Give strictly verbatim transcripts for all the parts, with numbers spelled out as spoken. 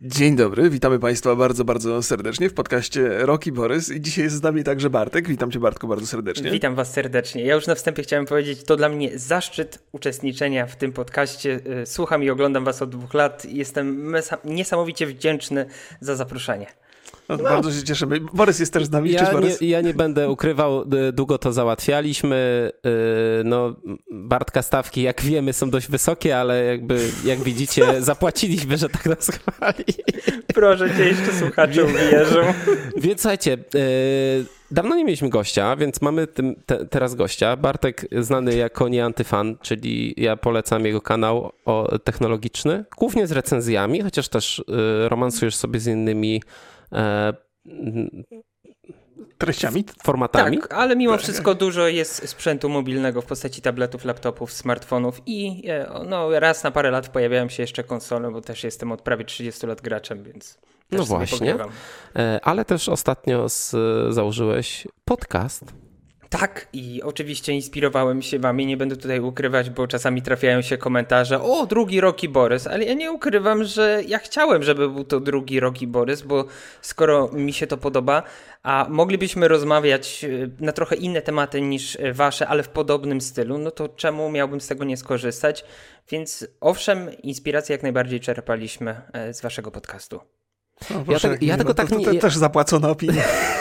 Dzień dobry, witamy Państwa bardzo, bardzo serdecznie w podcaście Roki Borys i dzisiaj jest z nami także Bartek. Witam Cię, Bartku, bardzo serdecznie. Witam Was serdecznie. Ja już na wstępie chciałem powiedzieć, to dla mnie zaszczyt uczestniczenia w tym podcaście. Słucham i oglądam Was od dwóch lat i jestem niesamowicie wdzięczny za zaproszenie. No, no. Bardzo się cieszymy. Borys jest też z nami. Ja, Cześć, Borys. nie, ja nie będę ukrywał, długo to załatwialiśmy. No, Bartka stawki, jak wiemy, są dość wysokie, ale jakby, jak widzicie, zapłaciliśmy, że tak nas chwali. Proszę Cię, jeszcze słuchacze uwierzą. Więc słuchajcie, dawno nie mieliśmy gościa, więc mamy tym, te, teraz gościa. Bartek, znany jako nieantyfan, czyli ja polecam jego kanał o, technologiczny, głównie z recenzjami, chociaż też romansujesz sobie z innymi E, treściami? Formatami? Tak, ale mimo wszystko dużo jest sprzętu mobilnego w postaci tabletów, laptopów, smartfonów i no, raz na parę lat pojawiają się jeszcze konsole, bo też jestem od prawie trzydziestu lat graczem, więc też no właśnie, pogrywam. Ale też ostatnio z, założyłeś podcast. Tak, i oczywiście inspirowałem się wami, nie będę tutaj ukrywać, bo czasami trafiają się komentarze: o, drugi Roki Borys, ale ja nie ukrywam, że ja chciałem, żeby był to drugi Roki Borys, bo skoro mi się to podoba, a moglibyśmy rozmawiać na trochę inne tematy niż wasze, ale w podobnym stylu, no to czemu miałbym z tego nie skorzystać? Więc owszem, inspirację jak najbardziej czerpaliśmy z waszego podcastu. No, proszę, ja, te, ja no, tego to, tak to, nie... to, to też zapłacona opinia.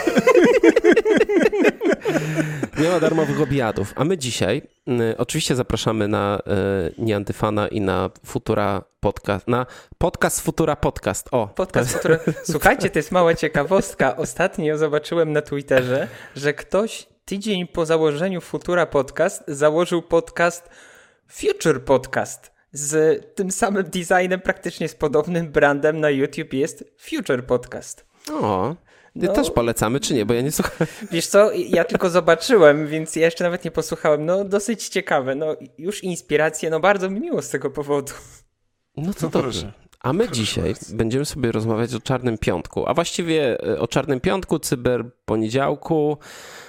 Nie ma darmowych obiadów. A my dzisiaj y, oczywiście zapraszamy na y, Nieantyfana i na Futura Podcast. Na podcast Futura Podcast. O, podcast Futura. Słuchajcie, to jest mała ciekawostka. Ostatnio zobaczyłem na Twitterze, że ktoś tydzień po założeniu Futura Podcast założył podcast Future Podcast. Z tym samym designem, praktycznie z podobnym brandem na YouTube jest Future Podcast. O, no, też polecamy, czy nie? Bo ja nie słuchałem. Wiesz co, ja tylko zobaczyłem, więc ja jeszcze nawet nie posłuchałem. No dosyć ciekawe, no już inspiracje, no bardzo mi miło z tego powodu. No to no dobrze. A my proszę dzisiaj bardzo. Będziemy sobie rozmawiać o Czarnym Piątku, a właściwie o Czarnym Piątku, Cyberponiedziałku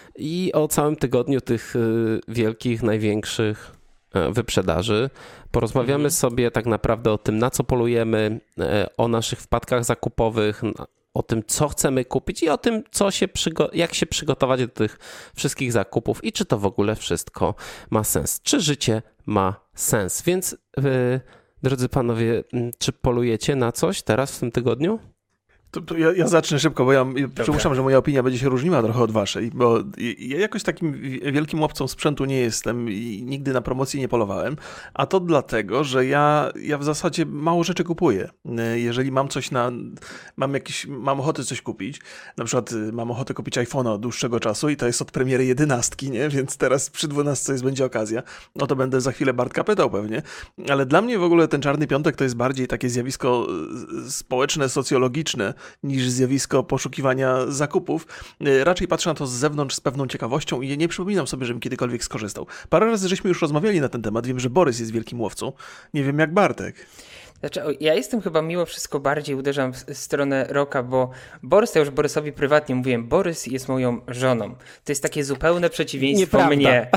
i o całym tygodniu tych wielkich, największych wyprzedaży. Porozmawiamy mhm. sobie tak naprawdę o tym, na co polujemy, o naszych wpadkach zakupowych, o tym, co chcemy kupić i o tym, co się przygo- jak się przygotować do tych wszystkich zakupów i czy to w ogóle wszystko ma sens. Czy życie ma sens. Więc yy, drodzy panowie, czy polujecie na coś teraz w tym tygodniu? To, to ja, ja zacznę szybko, bo ja, ja przypuszczam, że moja opinia będzie się różniła trochę od waszej, bo ja jakoś takim wielkim łowcą sprzętu nie jestem i nigdy na promocji nie polowałem, a to dlatego, że ja, ja w zasadzie mało rzeczy kupuję. Jeżeli mam coś na, mam jakiś, mam ochotę coś kupić, na przykład mam ochotę kupić iPhone'a od dłuższego czasu i to jest od premiery jedenastki, nie? Więc teraz przy dwunastce jest będzie okazja, no to będę za chwilę Bartka pytał pewnie, ale dla mnie w ogóle ten Czarny Piątek to jest bardziej takie zjawisko społeczne, socjologiczne, niż zjawisko poszukiwania zakupów. Raczej patrzę na to z zewnątrz z pewną ciekawością i nie przypominam sobie, żebym kiedykolwiek skorzystał. Parę razy żeśmy już rozmawiali na ten temat. Wiem, że Borys jest wielkim łowcą. Nie wiem jak Bartek. Znaczy, ja jestem chyba mimo wszystko bardziej uderzam w stronę Roka, bo Borys, ja już Borysowi prywatnie mówiłem, Borys jest moją żoną. To jest takie zupełne przeciwieństwo Nieprawda. mnie.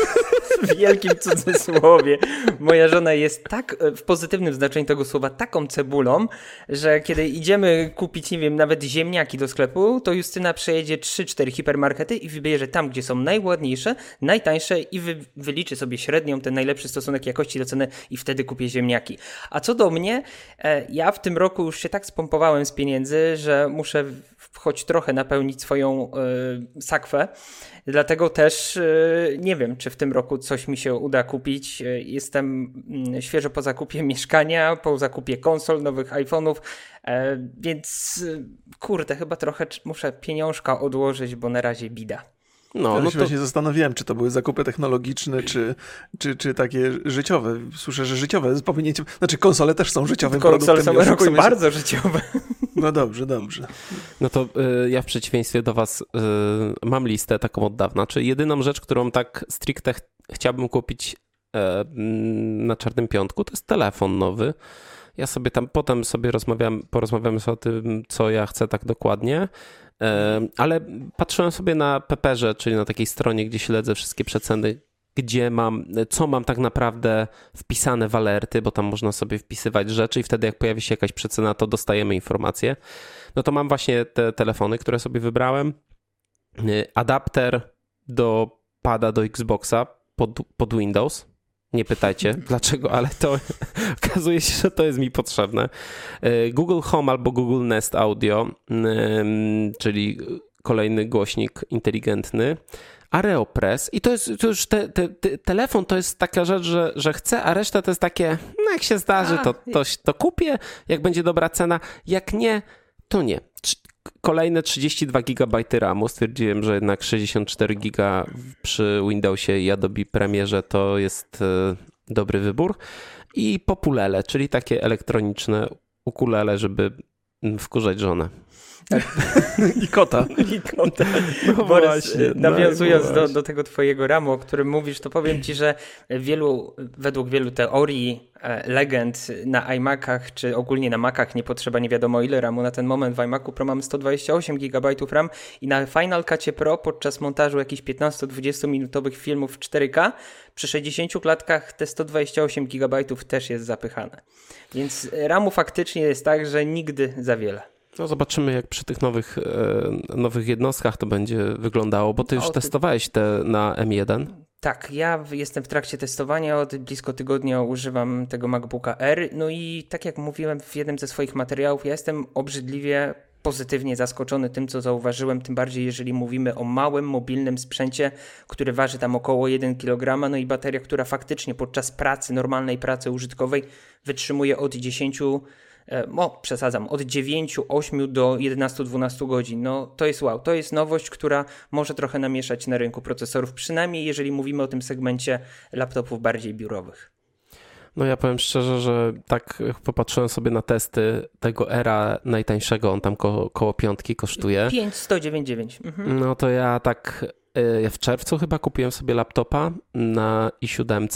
W wielkim cudzysłowie. Moja żona jest tak, w pozytywnym znaczeniu tego słowa, taką cebulą, że kiedy idziemy kupić, nie wiem, nawet ziemniaki do sklepu, to Justyna przejedzie trzy cztery hipermarkety i wybierze tam, gdzie są najładniejsze, najtańsze i wy, wyliczy sobie średnią, ten najlepszy stosunek jakości do ceny i wtedy kupię ziemniaki. A co do mnie, ja w tym roku już się tak spompowałem z pieniędzy, że muszę choć trochę napełnić swoją yy, sakwę. Dlatego też yy, nie wiem, czy w tym roku coś mi się uda kupić. Yy, jestem yy, świeżo po zakupie mieszkania, po zakupie konsol, nowych iPhone'ów, yy, więc yy, kurde, chyba trochę muszę pieniążka odłożyć, bo na razie bida. No, no to się zastanawiałem, czy to były zakupy technologiczne, czy, czy, czy takie życiowe. Słyszę, że życiowe. Powinniście... Znaczy konsole też są życiowym konsole produktem. Konsole są, są bardzo życiowe. No dobrze, dobrze. No to y, ja w przeciwieństwie do was y, mam listę taką od dawna. Czy jedyną rzecz, którą tak stricte ch- chciałbym kupić y, na Czarnym Piątku, to jest telefon nowy. Ja sobie tam potem sobie rozmawiam, porozmawiamy sobie o tym, co ja chcę tak dokładnie. Ale patrzyłem sobie na Peperze, czyli na takiej stronie, gdzie śledzę wszystkie przeceny gdzie mam, co mam tak naprawdę wpisane w alerty, bo tam można sobie wpisywać rzeczy i wtedy jak pojawi się jakaś przecena, to dostajemy informacje. No to mam właśnie te telefony, które sobie wybrałem. Adapter do pada do Xboxa pod, pod Windows. Nie pytajcie dlaczego, ale to okazuje się, że to jest mi potrzebne. Google Home albo Google Nest Audio, czyli kolejny głośnik inteligentny. Aeropress i to jest to już te, te, te, telefon to jest taka rzecz, że, że chcę, a reszta to jest takie, no jak się zdarzy, to, to, to kupię, jak będzie dobra cena, jak nie, to nie. Kolejne trzydzieści dwa gigabajty ramu, stwierdziłem, że jednak sześćdziesiąt cztery giga przy Windowsie i Adobe Premierze to jest dobry wybór i populele, czyli takie elektroniczne ukulele, żeby wkurzać żonę. Tak. I kota. I kota. No Borys, właśnie, nawiązując no do, do tego twojego ramu, o którym mówisz, to powiem ci, że wielu, według wielu teorii, legend na iMacach, czy ogólnie na Macach nie potrzeba nie wiadomo ile ramu. Na ten moment w iMacu Pro mam sto dwadzieścia osiem gigabajtów RAM i na Final Cutie Pro podczas montażu jakichś piętnasto-dwudziesto minutowych filmów w cztery K przy sześćdziesięciu klatkach te sto dwadzieścia osiem gigabajtów też jest zapychane. Więc ramu faktycznie jest tak, że nigdy za wiele. No zobaczymy, jak przy tych nowych, e, nowych jednostkach to będzie wyglądało, bo ty już o, ty... testowałeś te na M jeden. Tak, ja jestem w trakcie testowania, od blisko tygodnia używam tego MacBooka Air, no i tak jak mówiłem w jednym ze swoich materiałów, ja jestem obrzydliwie pozytywnie zaskoczony tym, co zauważyłem, tym bardziej jeżeli mówimy o małym, mobilnym sprzęcie, który waży tam około jeden kilogram, no i bateria, która faktycznie podczas pracy, normalnej pracy użytkowej wytrzymuje od dziesięciu O, przesadzam, od dziewięciu, ośmiu do jedenastu, dwunastu godzin. No to jest wow, to jest nowość, która może trochę namieszać na rynku procesorów, przynajmniej jeżeli mówimy o tym segmencie laptopów bardziej biurowych. No ja powiem szczerze, że tak popatrzyłem sobie na testy tego Era najtańszego, on tam ko- koło piątki kosztuje. pięć tysięcy sto dziewięćdziesiąt dziewięć. Mhm. No to ja tak, ja w czerwcu chyba kupiłem sobie laptopa na i siedem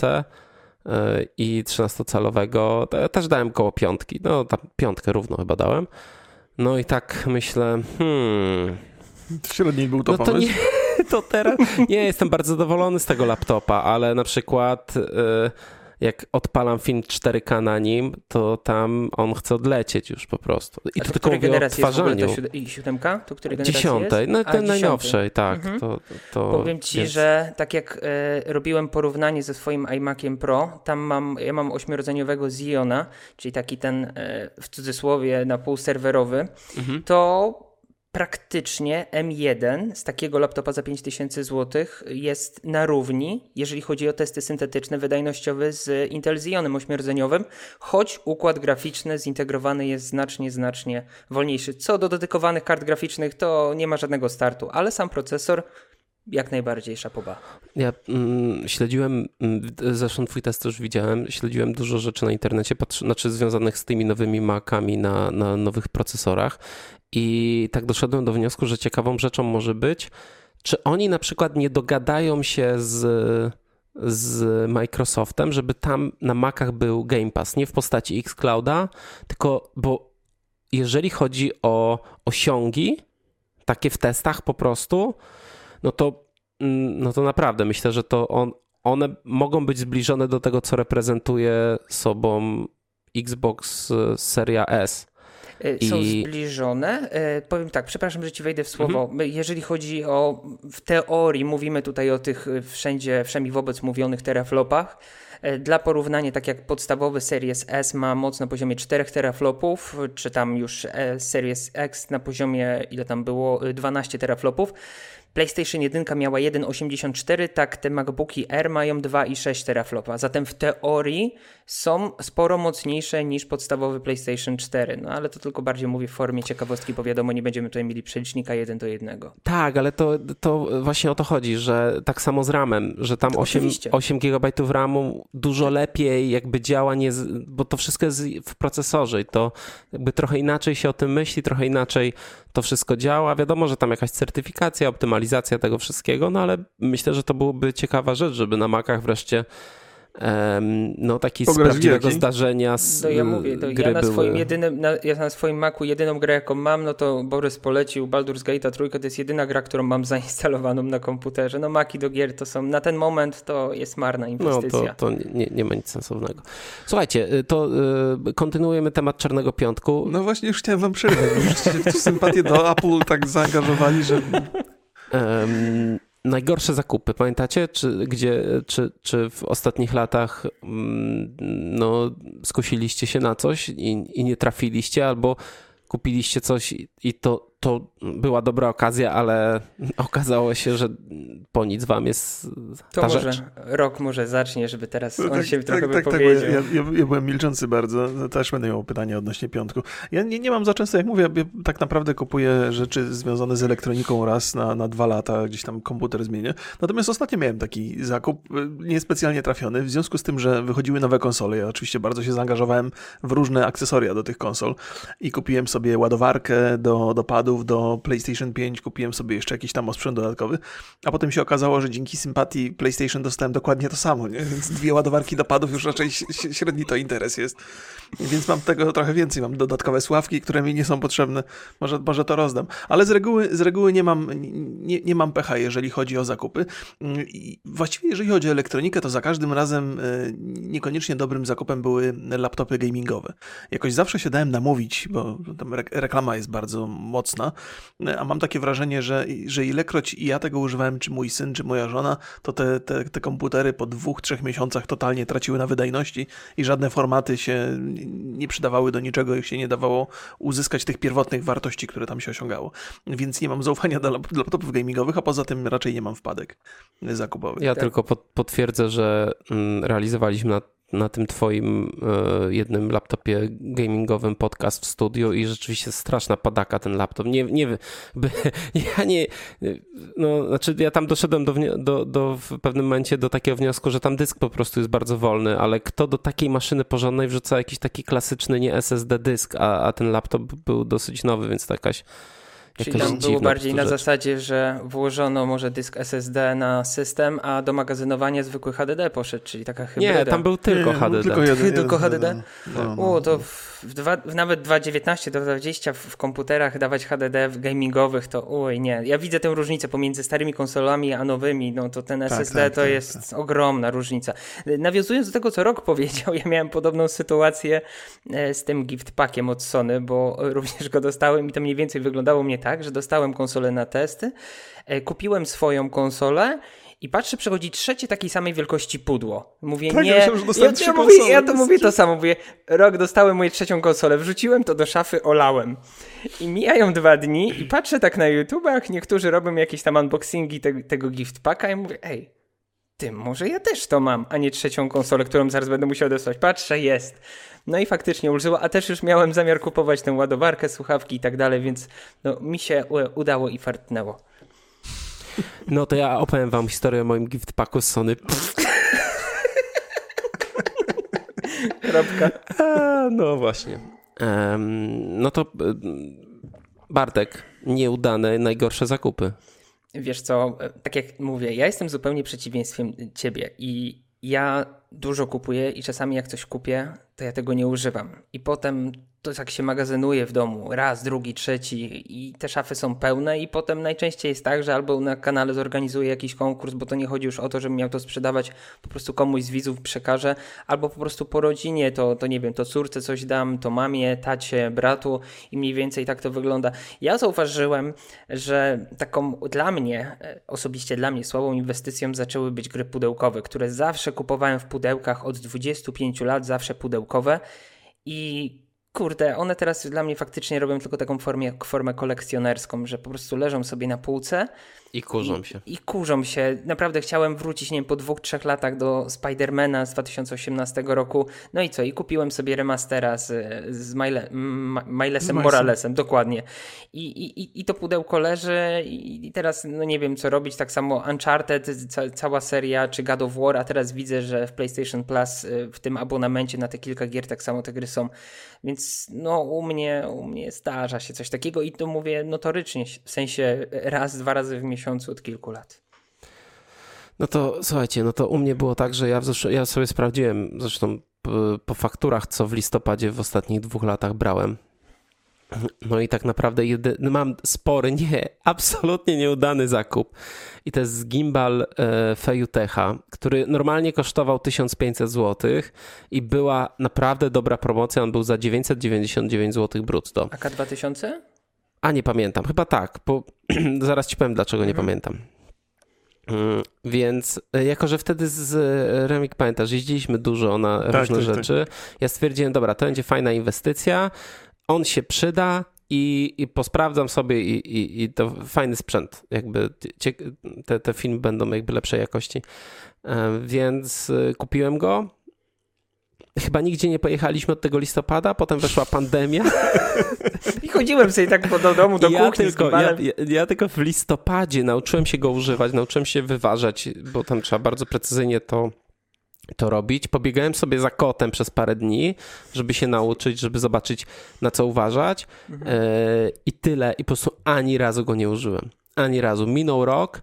i trzynastocalowego, też dałem koło piątki, no tam piątkę równo chyba dałem. No i tak myślę, hmm... Średni był to no to pomysł? Nie, to teraz... Nie, jestem bardzo zadowolony z tego laptopa, ale na przykład jak odpalam film cztery K na nim, to tam on chce odlecieć już po prostu. I A to, to tylko mówię o odtwarzaniu. I siódemka? To której generacji Dziesiątej, jest? no ten najnowszej, tak. Mhm. To, to, Powiem ci, więc... że tak jak e, robiłem porównanie ze swoim iMaciem Pro, tam mam, ja mam ośmiorodzeniowego Xeona, czyli taki ten e, w cudzysłowie na pół serwerowy, mhm. to praktycznie M jeden z takiego laptopa za pięć tysięcy złotych jest na równi, jeżeli chodzi o testy syntetyczne, wydajnościowe z Intel Xeonem ośmiorodzeniowym, choć układ graficzny zintegrowany jest znacznie, znacznie wolniejszy. Co do dedykowanych kart graficznych, to nie ma żadnego startu, ale sam procesor jak najbardziej szapoba. Ja mm, śledziłem, zresztą twój test też widziałem, śledziłem dużo rzeczy na internecie, patrzy, znaczy związanych z tymi nowymi Macami na, na nowych procesorach i tak doszedłem do wniosku, że ciekawą rzeczą może być, czy oni na przykład nie dogadają się z, z Microsoftem, żeby tam na Macach był Game Pass, nie w postaci xClouda, tylko bo jeżeli chodzi o osiągi, takie w testach po prostu, no to, no to naprawdę myślę, że to on, one mogą być zbliżone do tego, co reprezentuje sobą Xbox Seria S. Są I... zbliżone. Powiem tak, przepraszam, że ci wejdę w słowo. Mhm. Jeżeli chodzi o, w teorii mówimy tutaj o tych wszędzie, wszemi wobec mówionych teraflopach. Dla porównania, tak jak podstawowy Series S ma moc na poziomie czterech teraflopów, czy tam już Series X na poziomie, ile tam było, dwanaście teraflopów. PlayStation jeden miała jeden przecinek osiemdziesiąt cztery, tak te MacBooki Air mają dwa przecinek sześć teraflopa. Zatem w teorii są sporo mocniejsze niż podstawowy PlayStation cztery. No ale to tylko bardziej mówię w formie ciekawostki, bo wiadomo, nie będziemy tutaj mieli przelicznika jeden do jednego. Tak, ale to, to właśnie o to chodzi, że tak samo z ramem, że tam osiem gigabajtów ramu dużo lepiej jakby działa, nie z, bo to wszystko jest w procesorze i to jakby trochę inaczej się o tym myśli, trochę inaczej to wszystko działa. Wiadomo, że tam jakaś certyfikacja, optymalizacja tego wszystkiego, no ale myślę, że to byłoby ciekawa rzecz, żeby na Macach wreszcie no taki Pograć z prawdziwego wielki. zdarzenia z To ja mówię, to gry ja na były... swoim jedynym, na, ja na swoim Macu jedyną grę jaką mam, no to Borys polecił Baldur's Gate'a trójkę, to jest jedyna gra, którą mam zainstalowaną na komputerze. No Maki do gier to są, na ten moment to jest marna inwestycja. No to, to nie, nie ma nic sensownego. Słuchajcie, to y, kontynuujemy temat Czarnego Piątku. No właśnie już chciałem wam przerwać, bo już się w sympatię do Apple tak zaangażowali, że... Um, najgorsze zakupy, pamiętacie? Czy, gdzie, czy, czy w ostatnich latach mm, no, skusiliście się na coś i, i nie trafiliście, albo kupiliście coś i, i to, to była dobra okazja, ale okazało się, że po nic wam jest ta to może rzecz. Rok może zacznie, żeby teraz on tak, się tak, trochę tak, wypowiedział. Tak, ja, ja, ja byłem milczący bardzo, no, też będę miał pytanie odnośnie piątku. Ja nie, nie mam za często, jak mówię, ja tak naprawdę kupuję rzeczy związane z elektroniką raz na, na dwa lata, gdzieś tam komputer zmienię. Natomiast ostatnio miałem taki zakup niespecjalnie trafiony, w związku z tym, że wychodziły nowe konsole. Ja oczywiście bardzo się zaangażowałem w różne akcesoria do tych konsol i kupiłem sobie ładowarkę do, do padów, do PlayStation pięć, kupiłem sobie jeszcze jakiś tam osprzęt dodatkowy, a potem się okazało, że dzięki sympatii PlayStation dostałem dokładnie to samo, nie? Więc dwie ładowarki do padów już raczej średni to interes jest. Więc mam tego trochę więcej, mam dodatkowe sławki, które mi nie są potrzebne, może, może to rozdam. Ale z reguły, z reguły nie mam, nie, nie mam pecha, jeżeli chodzi o zakupy. I właściwie jeżeli chodzi o elektronikę, to za każdym razem niekoniecznie dobrym zakupem były laptopy gamingowe. Jakoś zawsze się dałem namówić, bo tam reklama jest bardzo mocna, a mam takie wrażenie, że, że ilekroć ja tego używałem, czy mój syn, czy moja żona, to te, te, te komputery po dwóch, trzech miesiącach totalnie traciły na wydajności i żadne formaty się nie przydawały do niczego, ich się nie dawało uzyskać tych pierwotnych wartości, które tam się osiągało. Więc nie mam zaufania do laptopów gamingowych, a poza tym raczej nie mam wpadek zakupowych. Ja tak. tylko potwierdzę, że realizowaliśmy na na tym twoim e, jednym laptopie gamingowym podcast w studiu i rzeczywiście straszna padaka ten laptop. Nie, nie, by, ja nie, no, znaczy ja tam doszedłem do, do, do w pewnym momencie do takiego wniosku, że tam dysk po prostu jest bardzo wolny, ale kto do takiej maszyny porządnej wrzuca jakiś taki klasyczny, nie S S D dysk, a, a ten laptop był dosyć nowy, więc to jakaś Czyli tam było bardziej na zasadzie, że włożono może dysk S S D na system, a do magazynowania zwykły H D D poszedł, czyli taka hybryda. Nie, tam był tylko nie, H D D. Tylko, jeden, tylko H D D? No, no. O, to w, dwa, w nawet dwa dziewiętnaście do dwadzieścia w, w komputerach dawać H D D w gamingowych, to oj nie. Ja widzę tę różnicę pomiędzy starymi konsolami a nowymi, no to ten S S D tak, tak, to tak, jest tak. ogromna różnica. Nawiązując do tego, co Rok powiedział, ja miałem podobną sytuację z tym gift packiem od Sony, bo również go dostałem i to mniej więcej wyglądało mnie tak, że dostałem konsolę na testy, kupiłem swoją konsolę i patrzę, przechodzi trzecie takiej samej wielkości pudło. Mówię, tak, nie, ja, myślałem, że ja, trzy ja, mówię, ja to mówię to samo, mówię, Rok, dostałem moją trzecią konsolę, wrzuciłem to do szafy, olałem. I mijają dwa dni i patrzę tak na YouTubach, niektórzy robią jakieś tam unboxingi te, tego gift packa i mówię, ej, ty, może ja też to mam, a nie trzecią konsolę, którą zaraz będę musiał dostać. Patrzę, jest. No i faktycznie ulżyło, a też już miałem zamiar kupować tę ładowarkę, słuchawki i tak dalej, więc no, mi się udało i fartnęło. No to ja opowiem wam historię o moim gift packu z Sony. Kropka. A, no właśnie. Um, no to Bartek, nieudane, najgorsze zakupy. Wiesz co, tak jak mówię, ja jestem zupełnie przeciwieństwem ciebie i ja dużo kupuję i czasami jak coś kupię, to ja tego nie używam. I potem to tak się magazynuje w domu, raz, drugi, trzeci i te szafy są pełne i potem najczęściej jest tak, że albo na kanale zorganizuję jakiś konkurs, bo to nie chodzi już o to, żebym miał to sprzedawać, po prostu komuś z widzów przekażę, albo po prostu po rodzinie, to, to nie wiem, to córce coś dam, to mamie, tacie, bratu i mniej więcej tak to wygląda. Ja zauważyłem, że taką dla mnie, osobiście dla mnie słabą inwestycją zaczęły być gry pudełkowe, które zawsze kupowałem w pudełkach od dwudziestu pięciu lat, zawsze pudełkowe i kurde, one teraz dla mnie faktycznie robią tylko taką formę, formę kolekcjonerską, że po prostu leżą sobie na półce. I kurzą się. I, I kurzą się. Naprawdę chciałem wrócić, nie wiem, po dwóch, trzech latach do Spidermana z dwa tysiące osiemnastego roku. No i co? I kupiłem sobie remastera z, z Mile, Milesem Moralesem, dokładnie. I, i, I to pudełko leży i teraz no nie wiem, co robić. Tak samo Uncharted, ca, cała seria, czy God of War, a teraz widzę, że w PlayStation Plus w tym abonamencie na te kilka gier tak samo te gry są. Więc no u mnie, u mnie zdarza się coś takiego i to mówię notorycznie, w sensie raz, dwa razy w miesiącu od kilku lat. No to słuchajcie, no to u mnie było tak, że ja, w zesz- ja sobie sprawdziłem, zresztą po, po fakturach, co w listopadzie w ostatnich dwóch latach brałem. No i tak naprawdę jedy... no mam spory, nie, absolutnie nieudany zakup. I to jest gimbal e, Fejutecha, który normalnie kosztował tysiąc pięćset złotych i była naprawdę dobra promocja. On był za dziewięćset dziewięćdziesiąt dziewięć złotych brutto. A K dwa tysiące? A nie pamiętam, chyba tak, bo zaraz ci powiem, dlaczego nie mhm. pamiętam. Więc jako, że wtedy z Remik, pamiętasz, jeździliśmy dużo na tak, różne tak, rzeczy, tak. ja stwierdziłem, dobra, to będzie fajna inwestycja, on się przyda i, i posprawdzam sobie i, i, i to fajny sprzęt, jakby te, te filmy będą jakby lepszej jakości, więc kupiłem go. Chyba nigdzie nie pojechaliśmy od tego listopada, potem weszła pandemia. I chodziłem sobie tak do domu, do ja kuchni tylko, ja, ja, ja tylko w listopadzie nauczyłem się go używać, nauczyłem się wyważać, bo tam trzeba bardzo precyzyjnie to, to robić. Pobiegałem sobie za kotem przez parę dni, żeby się nauczyć, żeby zobaczyć, na co uważać. Mhm. E, I tyle. I po prostu ani razu go nie użyłem. Ani razu. Minął rok.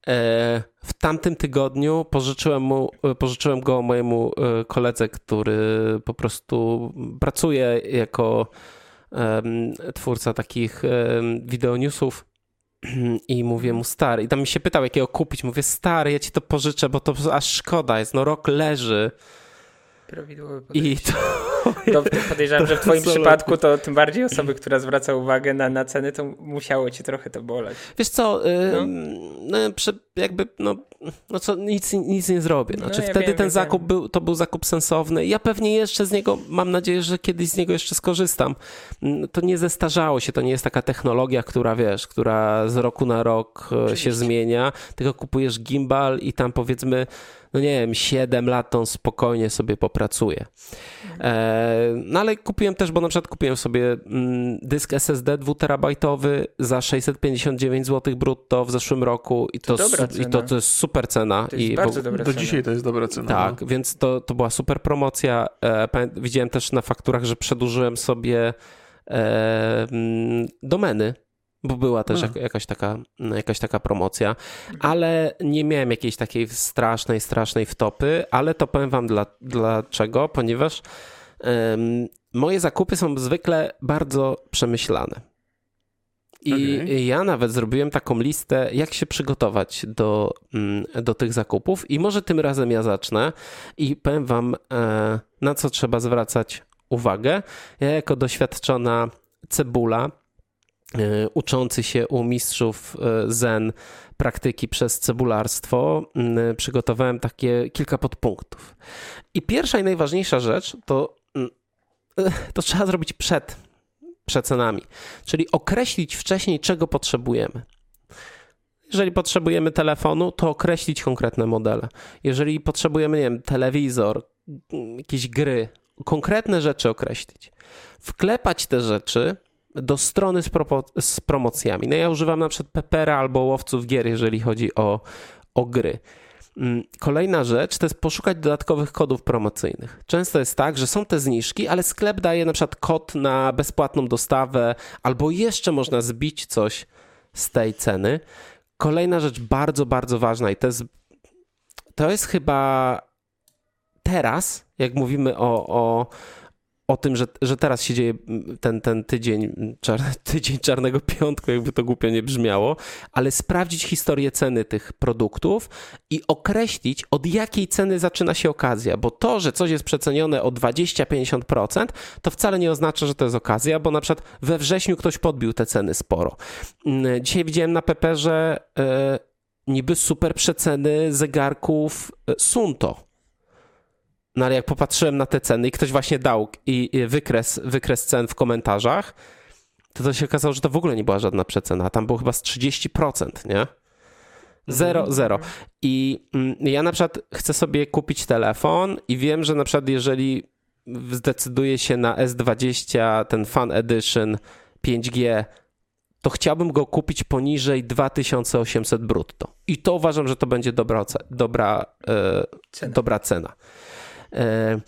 W tamtym tygodniu pożyczyłem, mu, pożyczyłem go mojemu koledze, który po prostu pracuje jako um, twórca takich um, wideonewsów i mówię mu, stary, i tam mi się pytał, jakiego kupić. Mówię, stary, ja ci to pożyczę, bo to aż szkoda jest, no rok leży. Prawidłowe I to... to podejrzewam, że w twoim przypadku to tym bardziej osoby, która zwraca uwagę na, na ceny, to musiało ci trochę to boleć. Wiesz co, no, no jakby, no, no co, nic, nic nie zrobię. Znaczy no, ja wtedy wiem, ten wiem, zakup wiem. był, to był zakup sensowny. Ja pewnie jeszcze z niego, mam nadzieję, że kiedyś z niego jeszcze skorzystam. To nie zestarzało się, to nie jest taka technologia, która wiesz, która z roku na rok Oczywiście. się zmienia, tylko kupujesz gimbal i tam powiedzmy, no nie wiem, siedem lat to on spokojnie sobie popracuje. E, no ale kupiłem też, bo na przykład kupiłem sobie mm, dysk S S D dwuterabajtowy za sześćset pięćdziesiąt dziewięć złotych brutto w zeszłym roku i to, to, su- i to, to jest super cena. To jest I bardzo bo, dobra do cena. dzisiaj to jest dobra cena. Tak, no. więc to, to była super promocja. E, widziałem też na fakturach, że przedłużyłem sobie e, domeny, bo była też jak, jakaś, taka, jakaś taka promocja, ale nie miałem jakiejś takiej strasznej, strasznej wtopy, ale to powiem wam dla, dlaczego, ponieważ um, moje zakupy są zwykle bardzo przemyślane. I okay. ja nawet zrobiłem taką listę, jak się przygotować do, do tych zakupów i może tym razem ja zacznę i powiem wam, na co trzeba zwracać uwagę. Ja jako doświadczona cebula, uczący się u mistrzów zen praktyki przez cebularstwo, przygotowałem takie kilka podpunktów. I pierwsza i najważniejsza rzecz to, to trzeba zrobić przed przecenami, czyli określić wcześniej, czego potrzebujemy. Jeżeli potrzebujemy telefonu, to określić konkretne modele. Jeżeli potrzebujemy, nie wiem, telewizor, jakieś gry, konkretne rzeczy określić. Wklepać te rzeczy do strony z, propo- z promocjami. No ja używam na przykład Pepera albo Łowców Gier, jeżeli chodzi o, o gry. Kolejna rzecz to jest poszukać dodatkowych kodów promocyjnych. Często jest tak, że są te zniżki, ale sklep daje na przykład kod na bezpłatną dostawę albo jeszcze można zbić coś z tej ceny. Kolejna rzecz bardzo, bardzo ważna i to jest, to jest chyba teraz, jak mówimy o, o o tym, że, że teraz się dzieje ten, ten tydzień, czar, tydzień Czarnego Piątku, jakby to głupio nie brzmiało, ale sprawdzić historię ceny tych produktów i określić, od jakiej ceny zaczyna się okazja, bo to, że coś jest przecenione o dwadzieścia do pięćdziesięciu procent, to wcale nie oznacza, że to jest okazja, bo na przykład we wrześniu ktoś podbił te ceny sporo. Dzisiaj widziałem na Pepperze e, niby super przeceny zegarków Sunto. No ale jak popatrzyłem na te ceny i ktoś właśnie dał i, i wykres, wykres cen w komentarzach, to to się okazało, że to w ogóle nie była żadna przecena. Tam było chyba z trzydzieści procent, nie? Zero, mm-hmm. zero. I mm, ja na przykład chcę sobie kupić telefon i wiem, że na przykład jeżeli zdecyduję się na S dwadzieścia, ten Fan Edition pięć G, to chciałbym go kupić poniżej dwa tysiące osiemset brutto. I to uważam, że to będzie dobra, dobra, e, cena. dobra cena. E,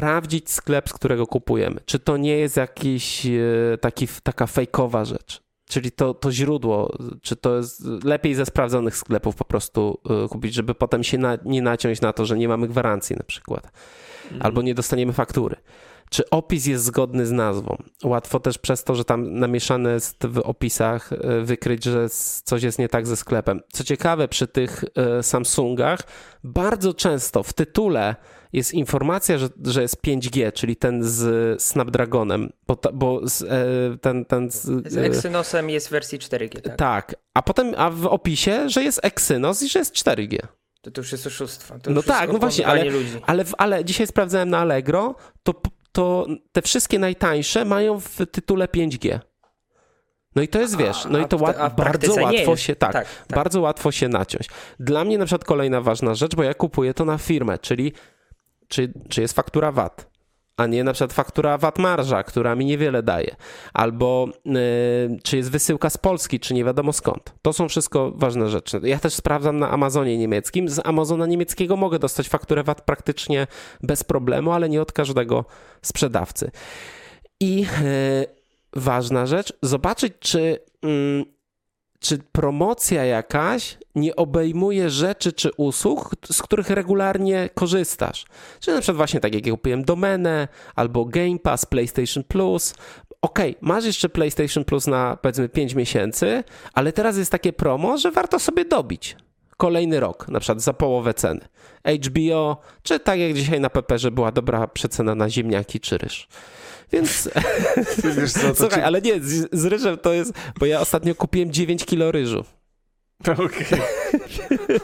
sprawdzić sklep, z którego kupujemy. Czy to nie jest jakiś e, taki, taka fejkowa rzecz? czyli to, to źródło, czy to jest lepiej ze sprawdzonych sklepów po prostu kupić, żeby potem się na, nie naciąć na to, że nie mamy gwarancji na przykład, mm. albo nie dostaniemy faktury. Czy opis jest zgodny z nazwą? Łatwo też przez to, że tam namieszane jest w opisach wykryć, że coś jest nie tak ze sklepem. Co ciekawe, przy tych Samsungach bardzo często w tytule jest informacja, że, że jest pięć G, czyli ten z Snapdragonem, bo, ta, bo z, ten... ten z, z Exynosem jest w wersji cztery G, tak? Tak, a potem a w opisie, że jest Exynos i że jest cztery G. To, to już jest oszustwo. To no już tak, no właśnie, ale, ale, ale dzisiaj sprawdzałem na Allegro, to to te wszystkie najtańsze mają w tytule pięć G. No i to jest, wiesz, no i to łat, bardzo łatwo się, tak, tak, tak, bardzo łatwo się naciąć. Dla mnie na przykład kolejna ważna rzecz, bo ja kupuję to na firmę, czyli czy, czy jest faktura V A T, a nie na przykład faktura V A T marża, która mi niewiele daje, albo yy, czy jest wysyłka z Polski, czy nie wiadomo skąd. To są wszystko ważne rzeczy. Ja też sprawdzam na Amazonie niemieckim. Z Amazona niemieckiego mogę dostać fakturę V A T praktycznie bez problemu, ale nie od każdego sprzedawcy. I yy, ważna rzecz, zobaczyć, czy, yy, czy promocja jakaś nie obejmuje rzeczy czy usług, z których regularnie korzystasz. Czyli na przykład właśnie tak jak ja kupiłem domenę, albo Game Pass, PlayStation Plus. Okej, okay, masz jeszcze PlayStation Plus na powiedzmy pięć miesięcy, ale teraz jest takie promo, że warto sobie dobić kolejny rok, na przykład za połowę ceny. H B O, czy tak jak dzisiaj na Peperze była dobra przecena na ziemniaki czy ryż. Więc wiesz co, słuchaj, ci... ale nie, z, z ryżem to jest, bo ja ostatnio kupiłem dziewięć kilo ryżu. Okej. Okay.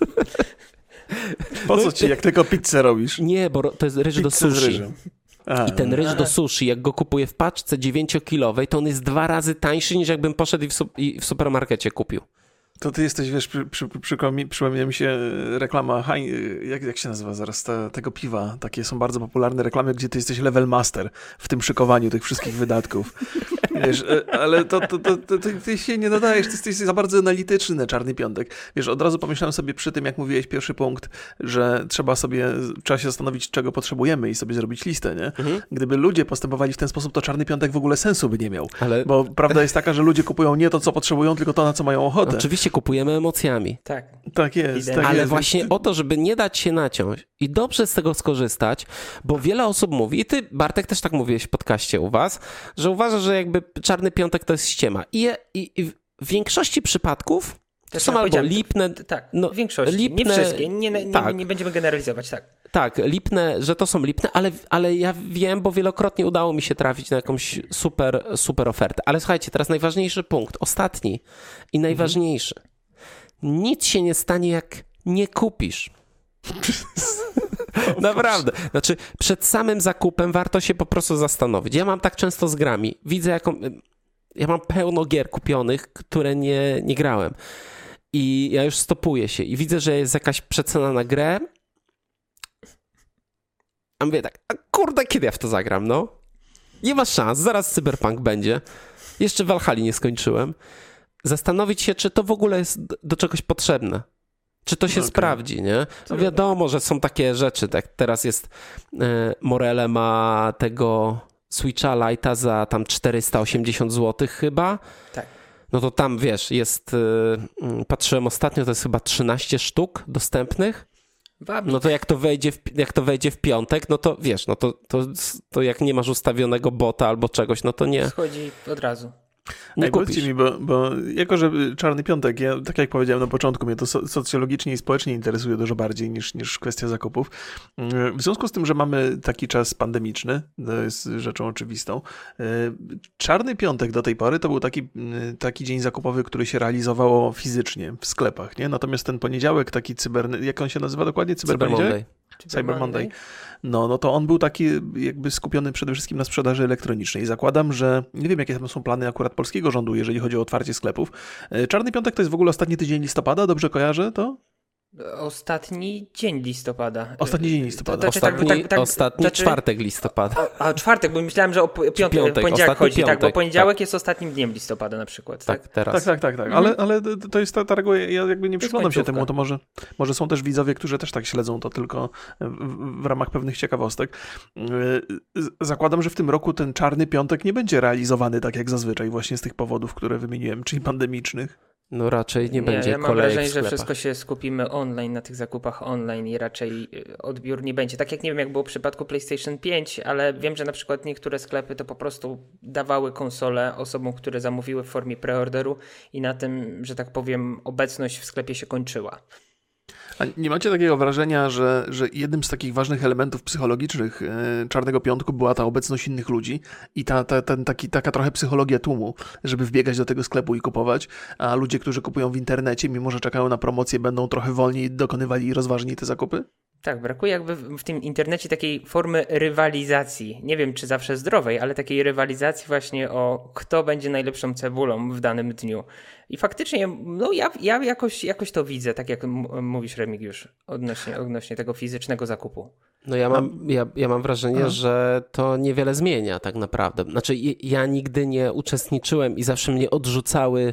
Po co ci, jak tylko pizzę robisz? Nie, bo to jest ryż do sushi. A, I ten ryż do sushi, jak go kupuję w paczce dziewięciokilowej, to on jest dwa razy tańszy, niż jakbym poszedł i w, su- i w supermarkecie kupił. To ty jesteś, wiesz, przy, przy, przy, przypomina mi się reklama, Hein, jak, jak się nazywa zaraz, ta, tego piwa. Takie są bardzo popularne reklamy, gdzie ty jesteś level master w tym szykowaniu tych wszystkich wydatków. Wiesz, ale to, to, to, to, ty, ty się nie nadajesz, ty jesteś za bardzo analityczny na Czarny Piątek. Wiesz, od razu pomyślałem sobie przy tym, jak mówiłeś pierwszy punkt, że trzeba sobie, trzeba się zastanowić, czego potrzebujemy i sobie zrobić listę, nie? Mhm. Gdyby ludzie postępowali w ten sposób, to Czarny Piątek w ogóle sensu by nie miał. Ale... Bo prawda jest taka, że ludzie kupują nie to, co potrzebują, tylko to, na co mają ochotę. Oczywiście kupujemy emocjami. Tak. Tak jest. Tak ale jest. właśnie o to, żeby nie dać się naciąć i dobrze z tego skorzystać, bo wiele osób mówi, i ty, Bartek, też tak mówiłeś w podcaście u was, że uważasz, że jakby Czarny Piątek to jest ściema. I, i, i w większości przypadków to są albo lipne... Tak, no, w większości, lipne, nie wszystkie, nie, nie, tak. nie będziemy generalizować, tak. Tak, lipne, że to są lipne, ale, ale ja wiem, bo wielokrotnie udało mi się trafić na jakąś super, super ofertę. Ale słuchajcie, teraz najważniejszy punkt, ostatni i najważniejszy. Mhm. Nic się nie stanie, jak nie kupisz. Naprawdę. Znaczy, przed samym zakupem warto się po prostu zastanowić. Ja mam tak często z grami. Widzę, jaką... Ja mam pełno gier kupionych, które nie, nie grałem. I ja już stopuję się i widzę, że jest jakaś przecena na grę. A mówię tak, a kurde, kiedy ja w to zagram, no? Nie ma szans, zaraz Cyberpunk będzie. Jeszcze w Valhalli nie skończyłem. Zastanowić się, czy to w ogóle jest do czegoś potrzebne. Czy to się okay. sprawdzi, nie? No wiadomo, że są takie rzeczy, tak teraz jest e, Morele ma tego Switcha Lite'a za tam czterysta osiemdziesiąt złotych chyba. Tak. No to tam, wiesz, jest, e, patrzyłem ostatnio, to jest chyba trzynaście sztuk dostępnych. Wabik. No to jak to wejdzie w, jak to wejdzie w piątek, no to wiesz, no to, to, to jak nie masz ustawionego bota albo czegoś, no to nie. Schodzi od razu. Nie powiedzcie mi, bo, bo jako, że Czarny Piątek, ja, tak jak powiedziałem na początku, mnie to so, socjologicznie i społecznie interesuje dużo bardziej niż, niż kwestia zakupów. W związku z tym, że mamy taki czas pandemiczny, to jest rzeczą oczywistą, Czarny Piątek do tej pory to był taki, taki dzień zakupowy, który się realizowało fizycznie w sklepach, nie? Natomiast ten poniedziałek, taki cyber... Jak on się nazywa dokładnie? Cyber Monday. Cyber Monday. No, no to on był taki jakby skupiony przede wszystkim na sprzedaży elektronicznej. Zakładam, że nie wiem, jakie tam są plany akurat polskiego rządu, jeżeli chodzi o otwarcie sklepów. Czarny Piątek to jest w ogóle ostatni tydzień listopada, dobrze kojarzę to? Ostatni dzień listopada. Ostatni dzień listopada. To, to, ostatni tak, tak, tak, ostatni znaczy, czwartek listopada. A, a czwartek, bo myślałem, że o piątek, piątek poniedziałek chodzi. Piątek, tak, bo poniedziałek tak. jest ostatnim dniem listopada na przykład. Tak, tak teraz. Tak, tak, tak. tak. Mhm. Ale, ale to jest ta, ta reguła, ja jakby nie przyglądam się temu, to może, może są też widzowie, którzy też tak śledzą to tylko w, w ramach pewnych ciekawostek. Zakładam, że w tym roku ten czarny piątek nie będzie realizowany tak jak zazwyczaj właśnie z tych powodów, które wymieniłem, czyli pandemicznych. No raczej nie, nie będzie ja mam kolejek wrażenie, w sklepach. że wszystko się skupimy online, na tych zakupach online i raczej odbiór nie będzie. Tak jak nie wiem, jak było w przypadku PlayStation pięć, ale wiem, że na przykład niektóre sklepy to po prostu dawały konsolę osobom, które zamówiły w formie preorderu i na tym, że tak powiem, obecność w sklepie się kończyła. A nie macie takiego wrażenia, że, że jednym z takich ważnych elementów psychologicznych e, Czarnego Piątku była ta obecność innych ludzi i ta, ta, ten taki, taka trochę psychologia tłumu, żeby wbiegać do tego sklepu i kupować, a ludzie, którzy kupują w internecie, mimo że czekają na promocję, będą trochę wolniej dokonywali i rozważniej te zakupy? Tak, brakuje jakby w tym internecie takiej formy rywalizacji. Nie wiem, czy zawsze zdrowej, ale takiej rywalizacji właśnie o kto będzie najlepszą cebulą w danym dniu. I faktycznie, no ja, ja jakoś, jakoś to widzę, tak jak m- mówisz, Remigiusz, odnośnie, odnośnie tego fizycznego zakupu. No ja mam, ja, ja mam wrażenie, Aha. że to niewiele zmienia tak naprawdę. Znaczy ja nigdy nie uczestniczyłem i zawsze mnie odrzucały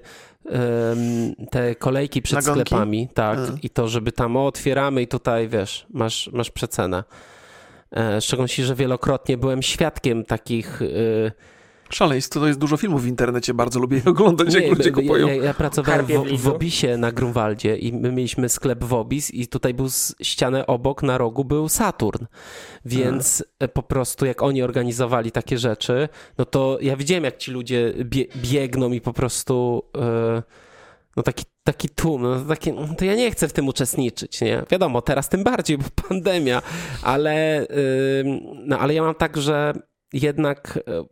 um, te kolejki przed Nagonki? sklepami. Tak, Aha. i to, żeby tam o, otwieramy i tutaj wiesz, masz, masz przecenę. E, szczególnie, że wielokrotnie byłem świadkiem takich... Y, Szaleństwo, to jest dużo filmów w internecie, bardzo lubię je oglądać, jak nie, ludzie kupują. Ja, ja pracowałem w, w Obisie na Grunwaldzie i my mieliśmy sklep w Obis i tutaj był ścianę obok, na rogu był Saturn, więc A. po prostu jak oni organizowali takie rzeczy, no to ja widziałem, jak ci ludzie bie, biegną i po prostu yy, no taki, taki tłum, no taki, to ja nie chcę w tym uczestniczyć, nie? Wiadomo, teraz tym bardziej, bo pandemia, ale, yy, no, ale ja mam tak, że jednak... Yy,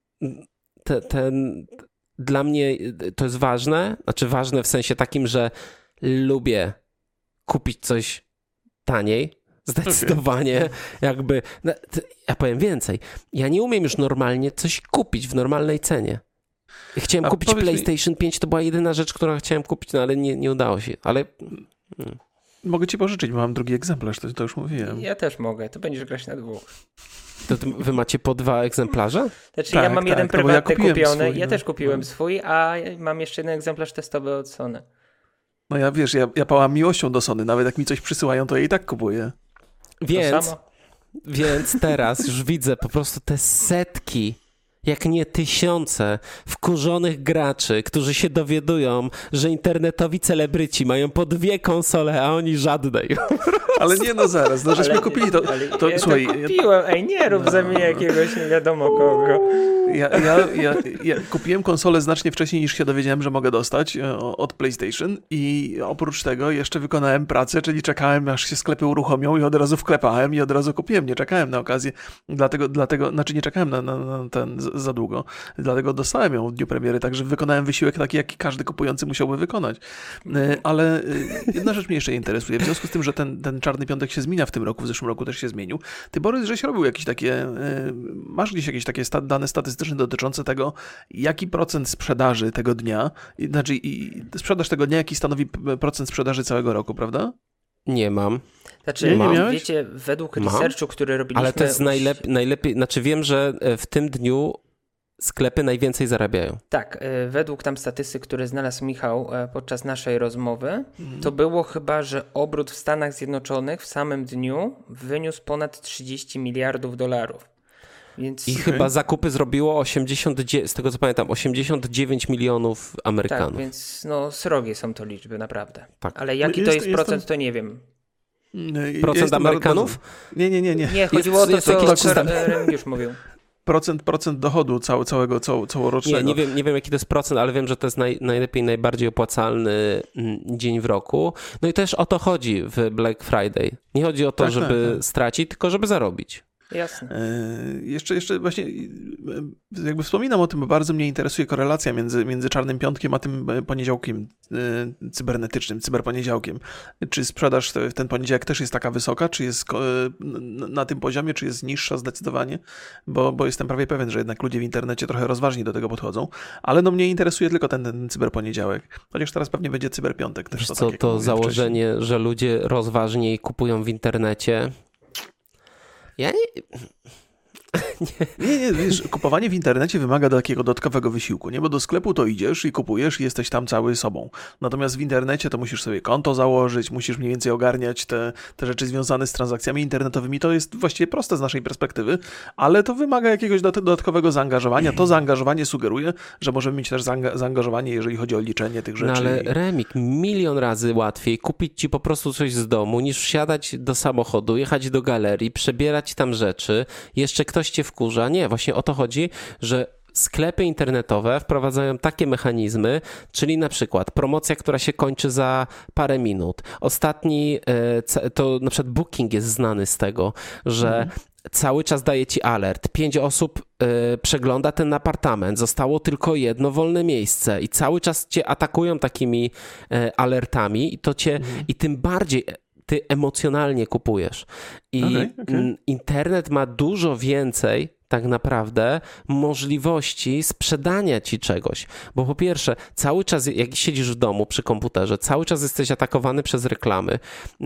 Te, ten, dla mnie to jest ważne, znaczy ważne w sensie takim, że lubię kupić coś taniej, zdecydowanie, okay. jakby, no, ja powiem więcej, ja nie umiem już normalnie coś kupić w normalnej cenie. Chciałem A kupić PlayStation mi... pięć, to była jedyna rzecz, którą chciałem kupić, no ale nie, nie udało się, ale... Hmm. Mogę ci pożyczyć, bo mam drugi egzemplarz, to, to już mówiłem. Ja też mogę, to będziesz grać na dwóch. To wy macie po dwa egzemplarze? Znaczy tak, ja mam tak, jeden prywatny ja kupiony, swój, ja no. też kupiłem no. swój, a mam jeszcze jeden egzemplarz testowy od Sony. No ja wiesz, ja, ja pałam miłością do Sony, nawet jak mi coś przysyłają, to ja i tak kupuję. Więc, więc teraz już widzę po prostu te setki, jak nie tysiące wkurzonych graczy, którzy się dowiadują, że internetowi celebryci mają po dwie konsole, a oni żadnej. Ale nie, no zaraz, no żeśmy ale, kupili to. Ale to ja słuchaj, to kupiłem, ej, nie rób no. ze mnie jakiegoś nie wiadomo kogo. Ja, ja, ja, ja kupiłem konsolę znacznie wcześniej niż się dowiedziałem, że mogę dostać od PlayStation i oprócz tego jeszcze wykonałem pracę, czyli czekałem, aż się sklepy uruchomią i od razu wklepałem i od razu kupiłem, nie czekałem na okazję, dlatego, dlatego znaczy nie czekałem na, na, na ten za długo, dlatego dostałem ją w dniu premiery, także wykonałem wysiłek taki, jaki każdy kupujący musiałby wykonać. Ale jedna rzecz mnie jeszcze interesuje, w związku z tym, że ten, ten Czarny Piątek się zmienia w tym roku, w zeszłym roku też się zmienił. Ty, Borys, żeś robił jakieś takie, masz gdzieś jakieś takie sta- dane statystyczne dotyczące tego, jaki procent sprzedaży tego dnia, znaczy i sprzedaż tego dnia, jaki stanowi procent sprzedaży całego roku, prawda? Nie mam. Znaczy, nie, nie wiecie, według mam? researchu, który robiliśmy... Ale to jest najlep- najlepiej, znaczy wiem, że w tym dniu sklepy najwięcej zarabiają. Tak, y, według tam statystyk, które znalazł Michał y, podczas naszej rozmowy, mhm. to było chyba, że obrót w Stanach Zjednoczonych w samym dniu wyniósł ponad trzydzieści miliardów dolarów. Więc... I chyba zakupy zrobiło osiemdziesiąt, z tego co pamiętam, osiemdziesiąt dziewięć milionów Amerykanów. Tak, więc no srogie są to liczby, naprawdę. Tak. Ale jaki no jest, to jest procent, jestem... to nie wiem. Procent Amerykanów? Nie, nie, nie. nie. Nie, chodziło jest, o to, co, co, co Remigiusz mówił. Procent, procent dochodu cał, całego, cał, całorocznego. Nie, nie wiem, nie wiem jaki to jest procent, ale wiem, że to jest naj, najlepiej, najbardziej opłacalny dzień w roku. No i też o to chodzi w Black Friday. Nie chodzi o to, tak, żeby tak, tak. stracić, tylko żeby zarobić. Jasne. Jeszcze, jeszcze właśnie jakby wspominam o tym, bo bardzo mnie interesuje korelacja między, między Czarnym Piątkiem a tym poniedziałkiem cybernetycznym, cyberponiedziałkiem. Czy sprzedaż w ten poniedziałek też jest taka wysoka, czy jest na tym poziomie, czy jest niższa zdecydowanie? Bo, bo jestem prawie pewien, że jednak ludzie w internecie trochę rozważniej do tego podchodzą, ale no mnie interesuje tylko ten, ten cyberponiedziałek. Chociaż teraz pewnie będzie cyberpiątek też. Wiesz to co, tak, to założenie, wcześniej. Że ludzie rozważniej kupują w internecie. Ja nie... nie... Nie, nie, wiesz, kupowanie w internecie wymaga takiego dodatkowego wysiłku, nie? Bo do sklepu to idziesz i kupujesz i jesteś tam cały sobą. Natomiast w internecie to musisz sobie konto założyć, musisz mniej więcej ogarniać te, te rzeczy związane z transakcjami internetowymi. To jest właściwie proste z naszej perspektywy, ale to wymaga jakiegoś dodatkowego zaangażowania. To zaangażowanie sugeruje, że możemy mieć też zaangażowanie, jeżeli chodzi o liczenie tych rzeczy. No ale Remik, milion razy łatwiej kupić ci po prostu coś z domu, niż wsiadać do samochodu, jechać do galerii, przebierać tam rzeczy, jeszcze ktoś cię wkurza. Nie, właśnie o to chodzi, że sklepy internetowe wprowadzają takie mechanizmy, czyli na przykład promocja, która się kończy za parę minut. Ostatni, to na przykład Booking jest znany z tego, że mhm. cały czas daje ci alert. Pięć osób y, przegląda ten apartament. Zostało tylko jedno wolne miejsce i cały czas cię atakują takimi y, alertami i to cię mhm. i tym bardziej ty emocjonalnie kupujesz. I okay, okay. internet ma dużo więcej tak naprawdę możliwości sprzedania ci czegoś. Bo po pierwsze, cały czas jak siedzisz w domu przy komputerze, cały czas jesteś atakowany przez reklamy.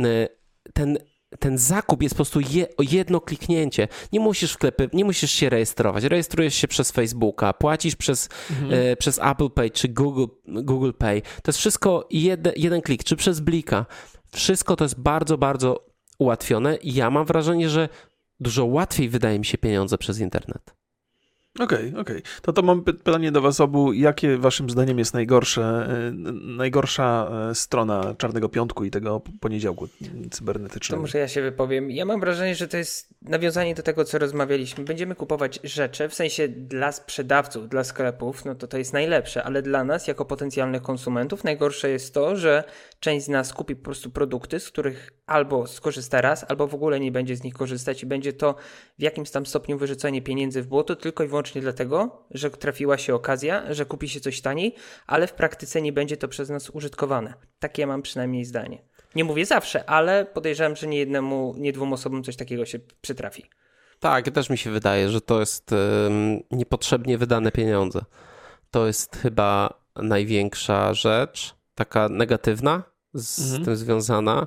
Ten Ten zakup jest po prostu je, jedno kliknięcie. Nie musisz sklepy, nie musisz się rejestrować. Rejestrujesz się przez Facebooka, płacisz przez, mhm. e, przez Apple Pay czy Google, Google Pay. To jest wszystko jed, jeden klik, czy przez Blika. Wszystko to jest bardzo, bardzo ułatwione i ja mam wrażenie, że dużo łatwiej wydaje mi się pieniądze przez internet. Okej, okay, okej. Okay. To to mam pytanie do was obu. Jakie waszym zdaniem jest najgorsze, najgorsza strona Czarnego Piątku i tego poniedziałku cybernetycznego? To może ja się wypowiem. Ja mam wrażenie, że to jest nawiązanie do tego, co rozmawialiśmy. Będziemy kupować rzeczy, w sensie dla sprzedawców, dla sklepów, no to to jest najlepsze, ale dla nas, jako potencjalnych konsumentów, najgorsze jest to, że część z nas kupi po prostu produkty, z których albo skorzysta raz, albo w ogóle nie będzie z nich korzystać i będzie to w jakimś tam stopniu wyrzucenie pieniędzy w błoto, tylko i wyłącznie dlatego, że trafiła się okazja, że kupi się coś taniej, ale w praktyce nie będzie to przez nas użytkowane. Takie ja mam przynajmniej zdanie. Nie mówię zawsze, ale podejrzewam, że nie jednemu, nie dwóm osobom coś takiego się przytrafi. Tak, też mi się wydaje, że to jest um, niepotrzebnie wydane pieniądze. To jest chyba największa rzecz, taka negatywna z mhm. tym związana.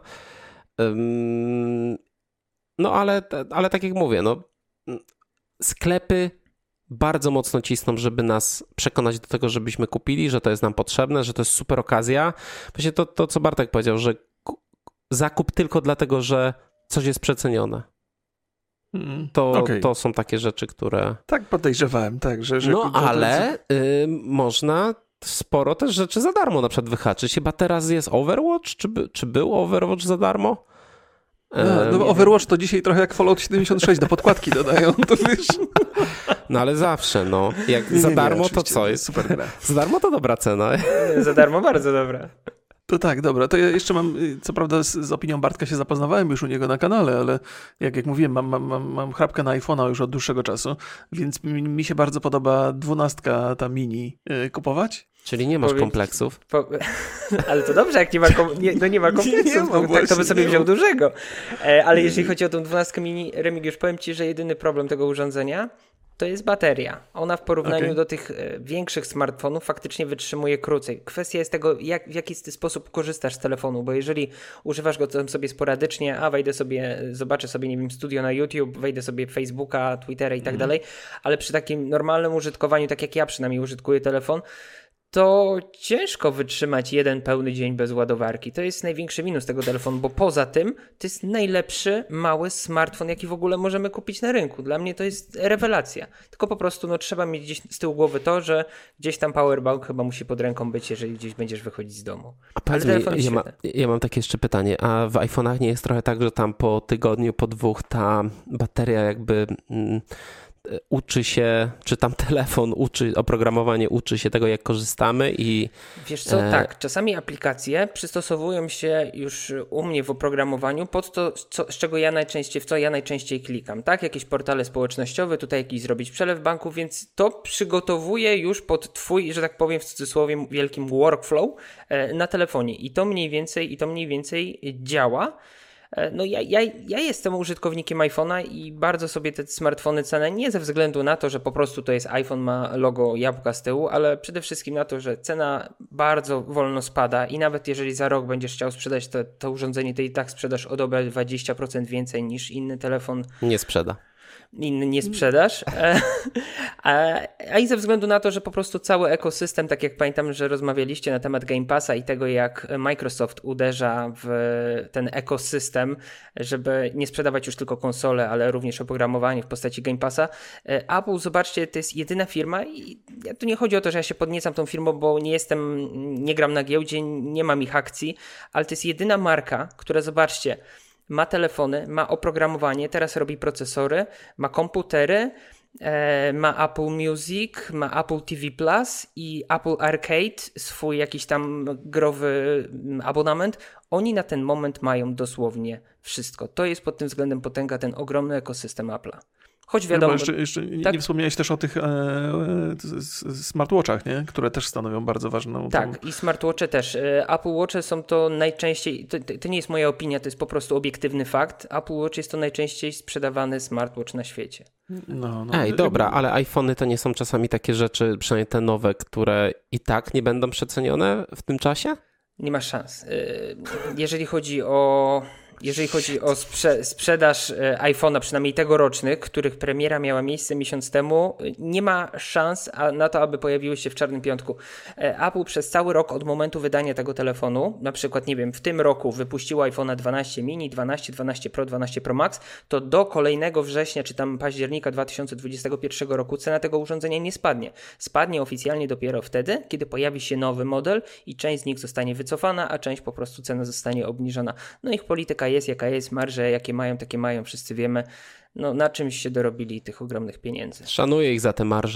Um, no ale, ale tak jak mówię, no sklepy bardzo mocno cisną, żeby nas przekonać do tego, żebyśmy kupili, że to jest nam potrzebne, że to jest super okazja. Właśnie to, to co Bartek powiedział, że zakup tylko dlatego, że coś jest przecenione. To, okay. to są takie rzeczy, które... Tak podejrzewałem, tak. Że, że no ale y, można sporo też rzeczy za darmo na przykład wyhaczyć. Chyba teraz jest Overwatch? Czy, by, czy był Overwatch za darmo? No, no Overwatch to dzisiaj trochę jak Fallout siedemdziesiąt sześć do podkładki dodają, to wiesz. No ale zawsze, no. Jak nie, za nie, darmo, nie, to co jest? Super gra. Za darmo to dobra cena. Za darmo bardzo dobra. To tak, dobra. To ja jeszcze mam, co prawda z, z opinią Bartka się zapoznawałem już u niego na kanale, ale jak, jak mówiłem, mam, mam, mam, mam chrapkę na iPhone'a już od dłuższego czasu, więc mi, mi się bardzo podoba dwunastka ta mini yy, kupować. Czyli nie masz Powiedz, kompleksów. Po, ale to dobrze, jak nie ma, kom, nie, no nie ma kompleksów, nie, nie ma, tak właśnie, to by sobie wziął dużego. E, ale jeżeli chodzi o tą dwunastkę mini, Remigiusz, powiem ci, że jedyny problem tego urządzenia to jest bateria. Ona w porównaniu okay. do tych e, większych smartfonów faktycznie wytrzymuje krócej. Kwestia jest tego, jak, w jaki sposób korzystasz z telefonu, bo jeżeli używasz go tam sobie sporadycznie, a wejdę sobie, zobaczę sobie, nie wiem, studio na YouTube, wejdę sobie Facebooka, Twittera i tak mm. dalej, ale przy takim normalnym użytkowaniu, tak jak ja przynajmniej użytkuję telefon, to ciężko wytrzymać jeden pełny dzień bez ładowarki. To jest największy minus tego telefonu, bo poza tym to jest najlepszy mały smartfon, jaki w ogóle możemy kupić na rynku. Dla mnie to jest rewelacja. Tylko po prostu no, trzeba mieć gdzieś z tyłu głowy to, że gdzieś tam powerbank chyba musi pod ręką być, jeżeli gdzieś będziesz wychodzić z domu. A powiedz mi, ja, ma, ja mam takie jeszcze pytanie, a w iPhone'ach nie jest trochę tak, że tam po tygodniu, po dwóch ta bateria jakby... Mm, uczy się, czy tam telefon uczy, oprogramowanie uczy się tego, jak korzystamy i... Wiesz co, e... tak, czasami aplikacje przystosowują się już u mnie w oprogramowaniu pod to, co, z czego ja najczęściej, w co ja najczęściej klikam, tak? Jakieś portale społecznościowe, tutaj jakiś zrobić przelew banku, więc to przygotowuje już pod twój, że tak powiem w cudzysłowie wielkim workflow e, na telefonie i to mniej więcej, i to mniej więcej działa. No ja, ja, ja jestem użytkownikiem iPhone'a i bardzo sobie te smartfony cenę nie ze względu na to, że po prostu to jest iPhone, ma logo jabłka z tyłu, ale przede wszystkim na to, że cena bardzo wolno spada i nawet jeżeli za rok będziesz chciał sprzedać to, to urządzenie, to i tak sprzedasz o dobre dwadzieścia procent więcej niż inny telefon. Nie sprzeda. Inny nie sprzedasz, a, a i ze względu na to, że po prostu cały ekosystem, tak jak pamiętam, że rozmawialiście na temat Game Passa i tego, jak Microsoft uderza w ten ekosystem, żeby nie sprzedawać już tylko konsole, ale również oprogramowanie w postaci Game Passa. Apple, zobaczcie, to jest jedyna firma i tu nie chodzi o to, że ja się podniecam tą firmą, bo nie jestem, nie gram na giełdzie, nie mam ich akcji, ale to jest jedyna marka, która, zobaczcie, ma telefony, ma oprogramowanie, teraz robi procesory, ma komputery, e, ma Apple Music, ma Apple T V Plus i Apple Arcade, swój jakiś tam growy abonament. Oni na ten moment mają dosłownie wszystko. To jest pod tym względem potęga, ten ogromny ekosystem Apple'a. Choć wiadomo... No jeszcze jeszcze tak? Nie wspomniałeś też o tych e, e, smartwatchach, nie? Które też stanowią bardzo ważną... Tak, tą... i smartwatche też. Apple Watche są to najczęściej... To, to nie jest moja opinia, to jest po prostu obiektywny fakt. Apple Watch jest to najczęściej sprzedawany smartwatch na świecie. No, no. Ej, dobra, ale iPhony to nie są czasami takie rzeczy, przynajmniej te nowe, które i tak nie będą przecenione w tym czasie? Nie ma szans. Jeżeli chodzi o... Jeżeli chodzi o sprze- sprzedaż iPhone'a, przynajmniej tegorocznych, których premiera miała miejsce miesiąc temu, nie ma szans na to, aby pojawiły się w Czarnym Piątku. Apple przez cały rok od momentu wydania tego telefonu, na przykład, nie wiem, w tym roku wypuściło iPhone'a dwanaście mini, dwanaście, dwanaście Pro, dwanaście Pro Max, to do kolejnego września, czy tam października dwa tysiące dwudziestego pierwszego roku cena tego urządzenia nie spadnie. Spadnie oficjalnie dopiero wtedy, kiedy pojawi się nowy model i część z nich zostanie wycofana, a część po prostu cena zostanie obniżona. No ich polityka jest jaka jest, marże jakie mają, takie mają, wszyscy wiemy. No na czymś się dorobili tych ogromnych pieniędzy. Szanuję ich za te marże.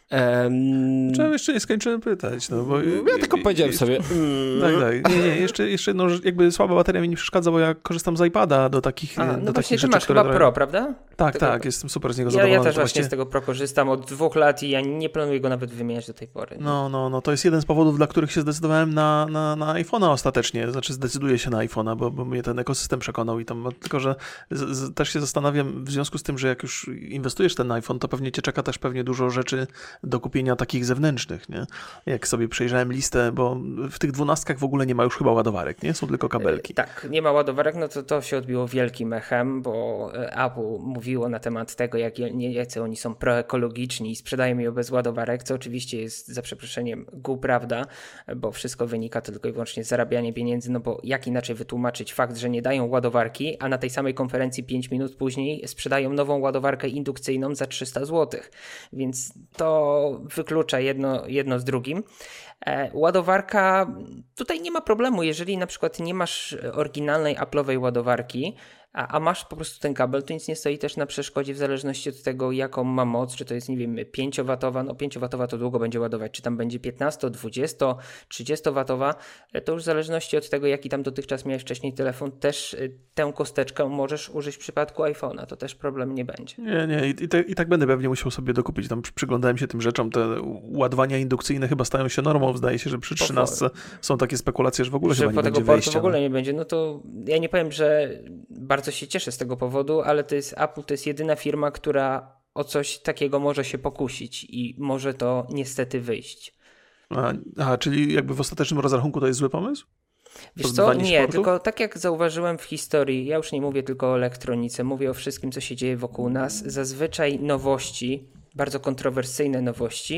Um... Trzeba jeszcze nie skończyłem pytać. No, bo ja tylko i, powiedziałem jeszcze, sobie. Mm. Tak, tak. Nie, nie, jeszcze, jeszcze no, jakby słaba bateria mi nie przeszkadza, bo ja korzystam z iPada do takich, A, no do właśnie, takich ty rzeczy, masz które... chyba Pro, prawda? Tak, tego... tak, jestem super z niego ja, zadowolony. Ja też właśnie właściwie... z tego Pro korzystam od dwóch lat i ja nie planuję go nawet wymieniać do tej pory. No, no, no, to jest jeden z powodów, dla których się zdecydowałem na, na, na iPhone'a ostatecznie. Znaczy zdecyduję się na iPhone'a, bo, bo mnie ten ekosystem przekonał i tam, tylko że z, z, też się zastanawiam w związku z tym, że jak już inwestujesz w ten iPhone, to pewnie cię czeka też pewnie dużo rzeczy do kupienia takich zewnętrznych, nie? Jak sobie przejrzałem listę, bo w tych dwunastkach w ogóle nie ma już chyba ładowarek, nie? Są tylko kabelki. E, tak, nie ma ładowarek, no to to się odbiło wielkim echem, bo Apple mówiło na temat tego, jak, jacy oni są proekologiczni i sprzedają je bez ładowarek, co oczywiście jest za przeproszeniem głupia prawda, bo wszystko wynika tylko i wyłącznie z zarabiania pieniędzy, no bo jak inaczej wytłumaczyć fakt, że nie dają ładowarki, a na tej samej konferencji pięć minut później sprzedają nową ładowarkę indukcyjną za trzysta złotych, więc to wyklucza jedno, jedno z drugim. E, ładowarka, tutaj nie ma problemu, jeżeli na przykład nie masz oryginalnej Apple'owej ładowarki, a, a masz po prostu ten kabel, to nic nie stoi też na przeszkodzie w zależności od tego, jaką ma moc, czy to jest, nie wiem, pięciowatowa, no pięciowatowa to długo będzie ładować, czy tam będzie piętnasto, dwadzieścia, trzydziestowatowa, to już w zależności od tego, jaki tam dotychczas miałeś wcześniej telefon, też tę kosteczkę możesz użyć w przypadku iPhone'a, to też problem nie będzie. Nie, nie, i, i, te, i tak będę pewnie musiał sobie dokupić, tam przyglądałem się tym rzeczom, te ładowania indukcyjne chyba stają się normą, zdaje się, że przy trzynastce są takie spekulacje, że w ogóle że chyba nie będzie wejścia. Że po tego portu w ogóle nie będzie, no to ja nie powiem, że bardzo się cieszę z tego powodu, ale to jest Apple, to jest jedyna firma, która o coś takiego może się pokusić i może to niestety wyjść. A, aha, czyli jakby w ostatecznym rozrachunku to jest zły pomysł? Wiesz co? Nie, sportu? Tylko tak jak zauważyłem w historii, ja już nie mówię tylko o elektronice, mówię o wszystkim, co się dzieje wokół nas. Zazwyczaj nowości, bardzo kontrowersyjne nowości,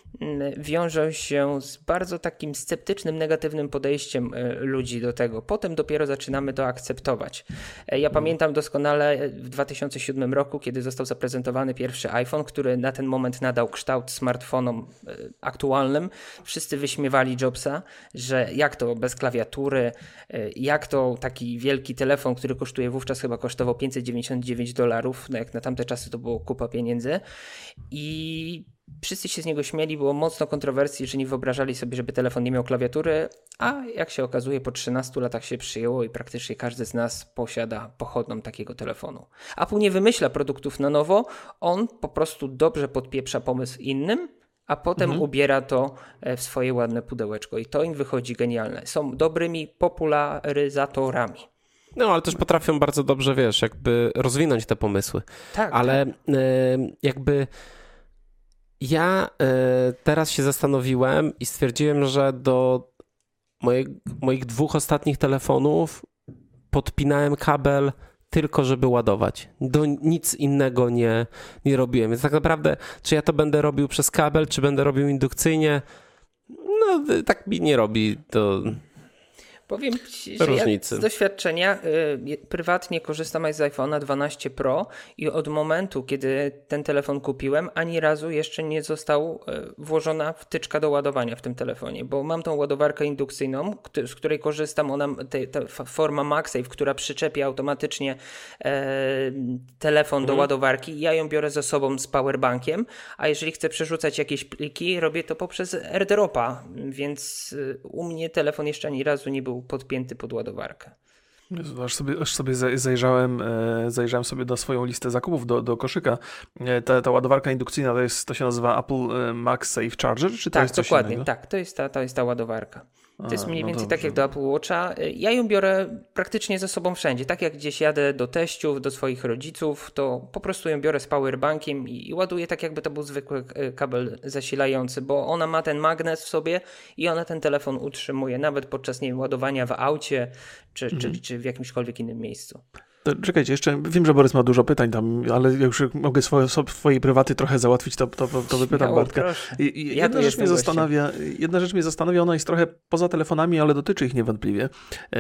wiąże się z bardzo takim sceptycznym, negatywnym podejściem ludzi do tego. Potem dopiero zaczynamy to akceptować. Ja pamiętam doskonale w dwa tysiące siódmym roku, kiedy został zaprezentowany pierwszy iPhone, który na ten moment nadał kształt smartfonom aktualnym. Wszyscy wyśmiewali Jobsa, że jak to bez klawiatury, jak to taki wielki telefon, który kosztuje wówczas chyba kosztował pięćset dziewięćdziesiąt dziewięć dolarów, no jak na tamte czasy to było kupa pieniędzy i wszyscy się z niego śmieli, było mocno kontrowersji, że nie wyobrażali sobie, żeby telefon nie miał klawiatury, a jak się okazuje po trzynastu latach się przyjęło i praktycznie każdy z nas posiada pochodną takiego telefonu. Apple nie wymyśla produktów na nowo, on po prostu dobrze podpieprza pomysł innym, a potem mhm. ubiera to w swoje ładne pudełeczko i to im wychodzi genialne. Są dobrymi popularyzatorami. No, ale też potrafią bardzo dobrze, wiesz, jakby rozwinąć te pomysły. Tak. Ale tak. Y, jakby ja y, teraz się zastanowiłem i stwierdziłem, że do moje, moich dwóch ostatnich telefonów podpinałem kabel tylko, żeby ładować. Do nic innego nie, nie robiłem. Więc tak naprawdę, czy ja to będę robił przez kabel, czy będę robił indukcyjnie, no tak mi nie robi to... Powiem ci, że różnicy. Ja z doświadczenia y, prywatnie korzystam z iPhone'a dwanaście Pro i od momentu, kiedy ten telefon kupiłem, ani razu jeszcze nie został y, włożona wtyczka do ładowania w tym telefonie, bo mam tą ładowarkę indukcyjną, k- z której korzystam, ona, te, ta forma MagSafe, która przyczepia automatycznie e, telefon mhm. do ładowarki, ja ją biorę ze sobą z powerbankiem, a jeżeli chcę przerzucać jakieś pliki, robię to poprzez AirDropa, więc y, u mnie telefon jeszcze ani razu nie był podpięty pod ładowarkę. Jezu, aż sobie, aż sobie zajrzałem, e, zajrzałem sobie na swoją listę zakupów do, do koszyka. E, ta, ta ładowarka indukcyjna to, jest, to się nazywa Apple MagSafe Charger, czy to tak, jest coś dokładnie, innego? Tak, to jest ta, to jest ta ładowarka. To A, jest mniej no więcej dobrze. tak jak do Apple Watcha. Ja ją biorę praktycznie ze sobą wszędzie. Tak jak gdzieś jadę do teściów, do swoich rodziców, to po prostu ją biorę z powerbankiem i, i ładuję tak jakby to był zwykły kabel zasilający, bo ona ma ten magnes w sobie i ona ten telefon utrzymuje nawet podczas nie wiem, ładowania w aucie czy, mhm. czy, czy w jakimśkolwiek innym miejscu. To czekajcie, jeszcze wiem, że Borys ma dużo pytań tam, ale jak już mogę swoje, swoje prywaty trochę załatwić, to, to, to wypytam Bartka. I, i ja jedna rzecz mnie zastanawia, jedna rzecz mnie zastanawia, ona jest trochę poza telefonami, ale dotyczy ich niewątpliwie.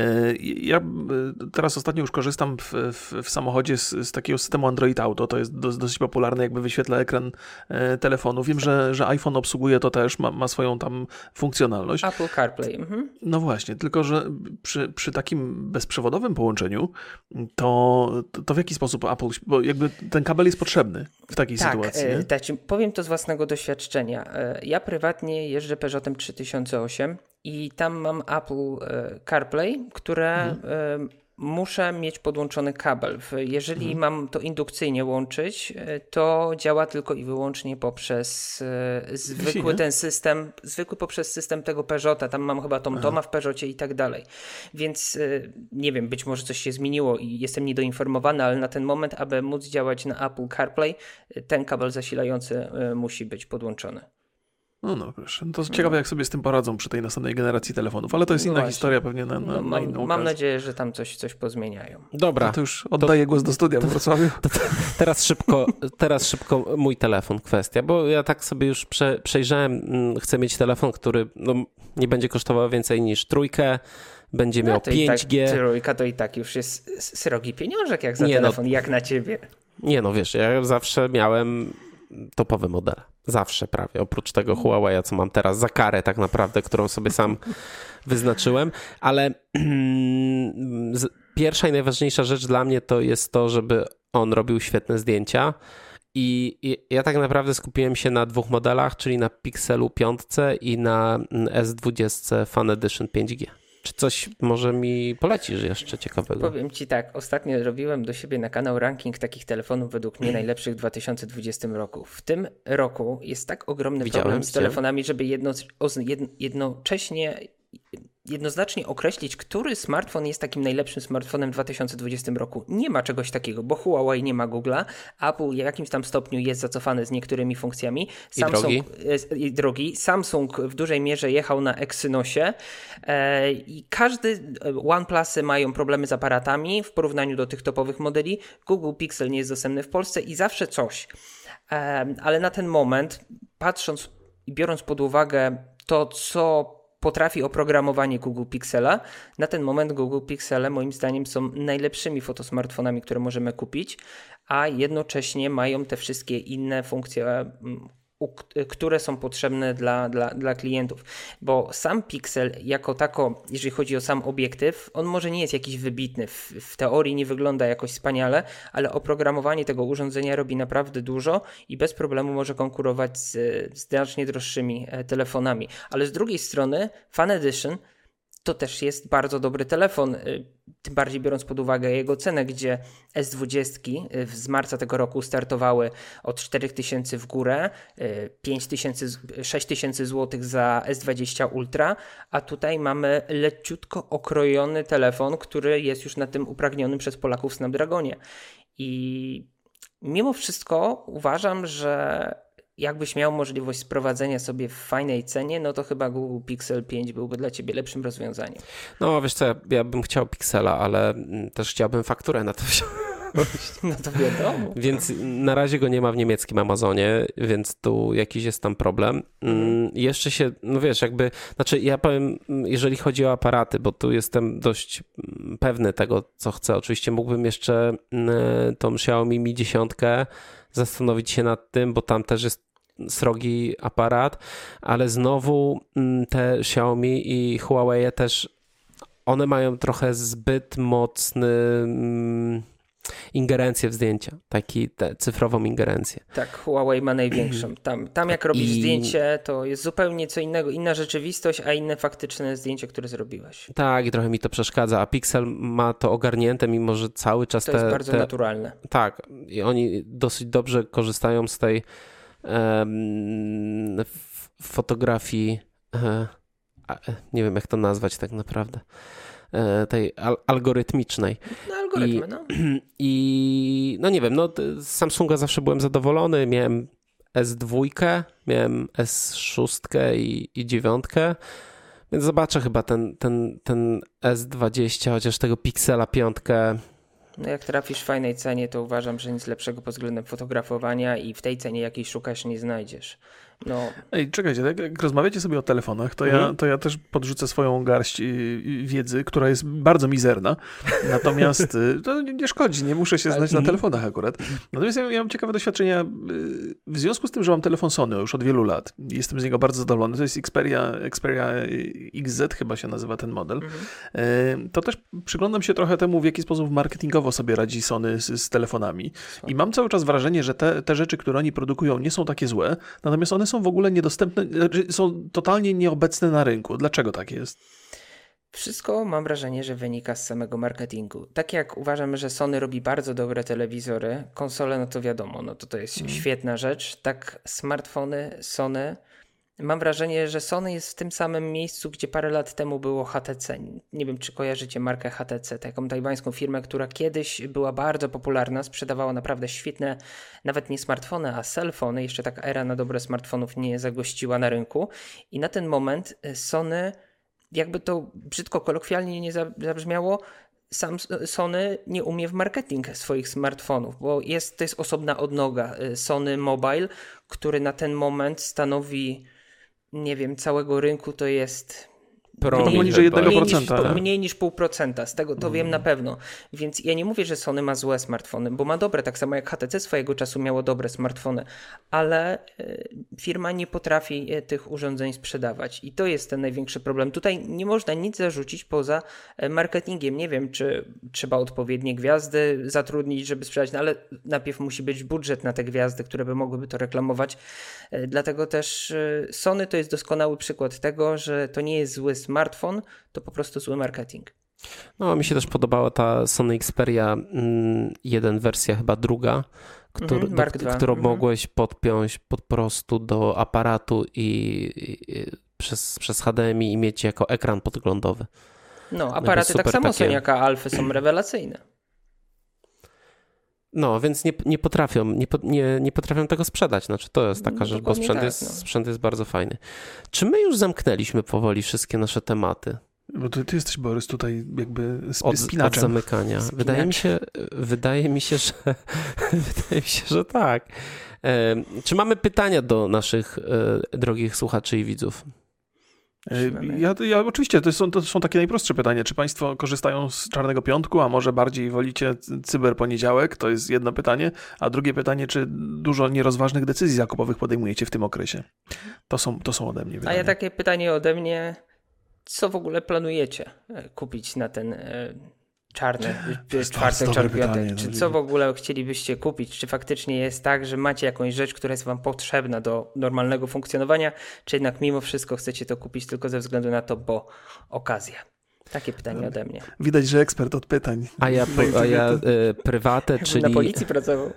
Ja teraz ostatnio już korzystam w, w, w samochodzie z, z takiego systemu Android Auto, to jest do, dosyć popularne, jakby wyświetla ekran telefonu. Wiem, że, że iPhone obsługuje to też, ma, ma swoją tam funkcjonalność. Apple CarPlay. Mhm. No właśnie, tylko że przy, przy takim bezprzewodowym połączeniu to To, to w jaki sposób Apple, bo jakby ten kabel jest potrzebny w takiej tak, sytuacji. Tak, tak, powiem to z własnego doświadczenia. Ja prywatnie jeżdżę Peugeotem trzy tysiące osiem i tam mam Apple CarPlay, które mhm. muszę mieć podłączony kabel. Jeżeli mhm. mam to indukcyjnie łączyć, to działa tylko i wyłącznie poprzez zwykły ten system, zwykły poprzez system tego Peugeota. Tam mam chyba TomToma w Peugeocie i tak dalej. Więc nie wiem, być może coś się zmieniło i jestem niedoinformowany, ale na ten moment, aby móc działać na Apple CarPlay, ten kabel zasilający musi być podłączony. No, no proszę. To ciekawe, jak sobie z tym poradzą przy tej następnej generacji telefonów, ale to jest no inna właśnie. historia pewnie na, na, no, na mam, inną Mam okazję. nadzieję, że tam coś, coś pozmieniają. Dobra. No to już oddaję to, głos do studia w Wrocławiu. To, to, teraz, szybko, teraz szybko mój telefon, kwestia, bo ja tak sobie już prze, przejrzałem, chcę mieć telefon, który no, nie będzie kosztował więcej niż trójkę, będzie miał no, pięć G. Tak, trójka to i tak już jest srogi pieniążek jak za nie, telefon, no, jak na ciebie. Nie no, wiesz, ja zawsze miałem topowy model. Zawsze prawie, oprócz tego Huawei, co mam teraz za karę tak naprawdę, którą sobie sam wyznaczyłem, ale pierwsza i najważniejsza rzecz dla mnie to jest to, żeby on robił świetne zdjęcia i, i ja tak naprawdę skupiłem się na dwóch modelach, czyli na Pixelu pięć i na S dwadzieścia Fan Edition pięć G. Czy coś może mi polecisz jeszcze ciekawego? Powiem ci tak, ostatnio robiłem do siebie na kanał ranking takich telefonów według mnie najlepszych w dwa tysiące dwudziestym roku. W tym roku jest tak ogromny Widziałem problem z cię. telefonami, żeby jedno, jednocześnie jednoznacznie określić, który smartfon jest takim najlepszym smartfonem w dwa tysiące dwudziestym roku. Nie ma czegoś takiego, bo Huawei nie ma Google'a, Apple w jakimś tam stopniu jest zacofany z niektórymi funkcjami. Samsung, I drogi. I drogi. Samsung w dużej mierze jechał na Exynosie e, i każdy, OnePlusy mają problemy z aparatami w porównaniu do tych topowych modeli. Google Pixel nie jest dostępny w Polsce i zawsze coś. E, ale na ten moment, patrząc i biorąc pod uwagę to, co potrafi oprogramowanie Google Pixela, na ten moment Google Pixele moim zdaniem są najlepszymi fotosmartfonami, które możemy kupić, a jednocześnie mają te wszystkie inne funkcje, które są potrzebne dla, dla, dla klientów, bo sam Pixel jako tako, jeżeli chodzi o sam obiektyw, on może nie jest jakiś wybitny, w, w teorii nie wygląda jakoś wspaniale, ale oprogramowanie tego urządzenia robi naprawdę dużo i bez problemu może konkurować z, z znacznie droższymi telefonami, ale z drugiej strony Fan Edition to też jest bardzo dobry telefon, tym bardziej biorąc pod uwagę jego cenę, gdzie S dwadzieścia z marca tego roku startowały od cztery tysiące w górę, pięć tysięcy, sześć tysięcy złotych za S dwadzieścia Ultra, a tutaj mamy leciutko okrojony telefon, który jest już na tym upragnionym przez Polaków Snapdragonie. I mimo wszystko uważam, że jakbyś miał możliwość sprowadzenia sobie w fajnej cenie, no to chyba Google Pixel pięć byłby dla ciebie lepszym rozwiązaniem. No wiesz co, ja, ja bym chciał Pixela, ale też chciałbym fakturę na to wziąć. No to wiadomo. Więc na razie go nie ma w niemieckim Amazonie, więc tu jakiś jest tam problem. Mm, jeszcze się, no wiesz, jakby, znaczy ja powiem, jeżeli chodzi o aparaty, bo tu jestem dość pewny tego, co chcę. Oczywiście mógłbym jeszcze tą Xiaomi Mi dziesięć zastanowić się nad tym, bo tam też jest srogi aparat, ale znowu te Xiaomi i Huawei też, one mają trochę zbyt mocny mm, ingerencję w zdjęcia, taki te, cyfrową ingerencję. Tak, Huawei ma największą. Tam, tam jak robisz I... zdjęcie, to jest zupełnie co innego, inna rzeczywistość, a inne faktyczne zdjęcie, które zrobiłeś. Tak, i trochę mi to przeszkadza, a Pixel ma to ogarnięte, mimo że cały czas to te... To jest bardzo te... naturalne. Tak, i oni dosyć dobrze korzystają z tej um, f- fotografii, e, nie wiem jak to nazwać tak naprawdę, e, tej al- algorytmicznej. No algorytmy, I, no. I no nie wiem, no z Samsunga zawsze byłem zadowolony, miałem S dwa, miałem S sześć i, i dziewięć, więc zobaczę chyba ten, ten, ten S dwadzieścia, chociaż tego Pixela pięć. No jak trafisz w fajnej cenie, to uważam, że nic lepszego pod względem fotografowania i w tej cenie jakiej szukasz nie znajdziesz. No. Ej, czekajcie, tak jak rozmawiacie sobie o telefonach, to, mhm. ja, to ja też podrzucę swoją garść wiedzy, która jest bardzo mizerna, natomiast to nie szkodzi, nie muszę się znać na telefonach akurat. Natomiast ja, ja mam ciekawe doświadczenia w związku z tym, że mam telefon Sony już od wielu lat. Jestem z niego bardzo zadowolony. To jest Xperia, Xperia X Z chyba się nazywa ten model. Mhm. To też przyglądam się trochę temu, w jaki sposób marketingowo sobie radzi Sony z, z telefonami. I mam cały czas wrażenie, że te, te rzeczy, które oni produkują, nie są takie złe, natomiast one są w ogóle niedostępne, są totalnie nieobecne na rynku. Dlaczego tak jest? Wszystko mam wrażenie, że wynika z samego marketingu. Tak jak uważam, że Sony robi bardzo dobre telewizory, konsole, no to wiadomo, no to to jest hmm. świetna rzecz. Tak smartfony Sony, mam wrażenie, że Sony jest w tym samym miejscu, gdzie parę lat temu było H T C. Nie wiem, czy kojarzycie markę H T C, taką tajwańską firmę, która kiedyś była bardzo popularna, sprzedawała naprawdę świetne, nawet nie smartfony, a cellfony. Jeszcze taka era na dobre smartfonów nie zagościła na rynku. I na ten moment Sony, jakby to brzydko kolokwialnie nie zabrzmiało, sam Sony nie umie w marketing swoich smartfonów, bo jest, to jest osobna odnoga. Sony Mobile, który na ten moment stanowi, nie wiem, całego rynku to jest mniej, niż jednego procenta, mniej, niż, mniej niż pół procenta, z tego to mm. wiem na pewno. Więc ja nie mówię, że Sony ma złe smartfony, bo ma dobre, tak samo jak H T C swojego czasu miało dobre smartfony, ale y, firma nie potrafi y, tych urządzeń sprzedawać i to jest ten największy problem. Tutaj nie można nic zarzucić poza y, marketingiem. Nie wiem, czy trzeba odpowiednie gwiazdy zatrudnić, żeby sprzedać, no ale najpierw musi być budżet na te gwiazdy, które by mogłyby to reklamować. Y, dlatego też y, Sony to jest doskonały przykład tego, że to nie jest zły smartfon, to po prostu zły marketing. No, mi się też podobała ta Sony Xperia jeden wersja, chyba druga, który, mm-hmm, do, którą mm-hmm. mogłeś podpiąć po prostu do aparatu i, i, i przez, przez H D M I i mieć jako ekran podglądowy. No, aparaty tak samo takie... Soniaka Alfy są rewelacyjne. No, więc nie, nie potrafią, nie, nie, nie potrafią tego sprzedać. Znaczy, to jest taka no, rzecz, bo sprzęt, tak, jest, no. sprzęt jest bardzo fajny. Czy my już zamknęliśmy powoli wszystkie nasze tematy? Bo ty, ty jesteś, Borys, tutaj jakby od, spinaczem. Od zamykania. Spinacz. Wydaje mi się, wydaje mi się, że wydaje mi się, że tak. E, czy mamy pytania do naszych e, drogich słuchaczy i widzów? Ja, ja oczywiście, to są, to są takie najprostsze pytania. Czy państwo korzystają z Czarnego Piątku, a może bardziej wolicie cyberponiedziałek? To jest jedno pytanie. A drugie pytanie, czy dużo nierozważnych decyzji zakupowych podejmujecie w tym okresie? To są, to są ode mnie pytania. A ja takie pytanie ode mnie, co w ogóle planujecie kupić na ten czarny, czwartek, czarny piątek? Czy co w ogóle chcielibyście kupić? Czy faktycznie jest tak, że macie jakąś rzecz, która jest wam potrzebna do normalnego funkcjonowania, czy jednak mimo wszystko chcecie to kupić tylko ze względu na to, bo okazja? Takie pytanie ode mnie. Widać, że ekspert od pytań. A ja, a ja y, prywatę, czyli... Na policji pracował.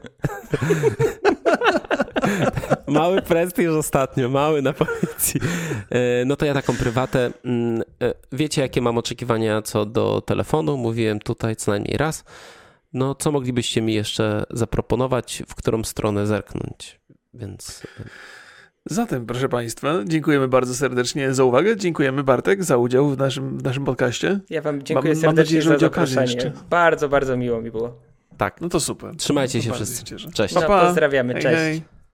Mały prestiż ostatnio, mały na policji. No to ja taką prywatę. Wiecie, jakie mam oczekiwania co do telefonu? Mówiłem tutaj co najmniej raz. No, co moglibyście mi jeszcze zaproponować, w którą stronę zerknąć? Więc... Zatem, proszę Państwa, dziękujemy bardzo serdecznie za uwagę. Dziękujemy, Bartek, za udział w naszym, w naszym podcaście. Ja wam dziękuję mam, serdecznie mam nadzieję, że za będzie okazja zaproszenie. jeszcze. Bardzo, bardzo miło mi było. Tak. No to super. Trzymajcie to się wszyscy. Cześć. No, pozdrawiamy, hej, cześć. Hej.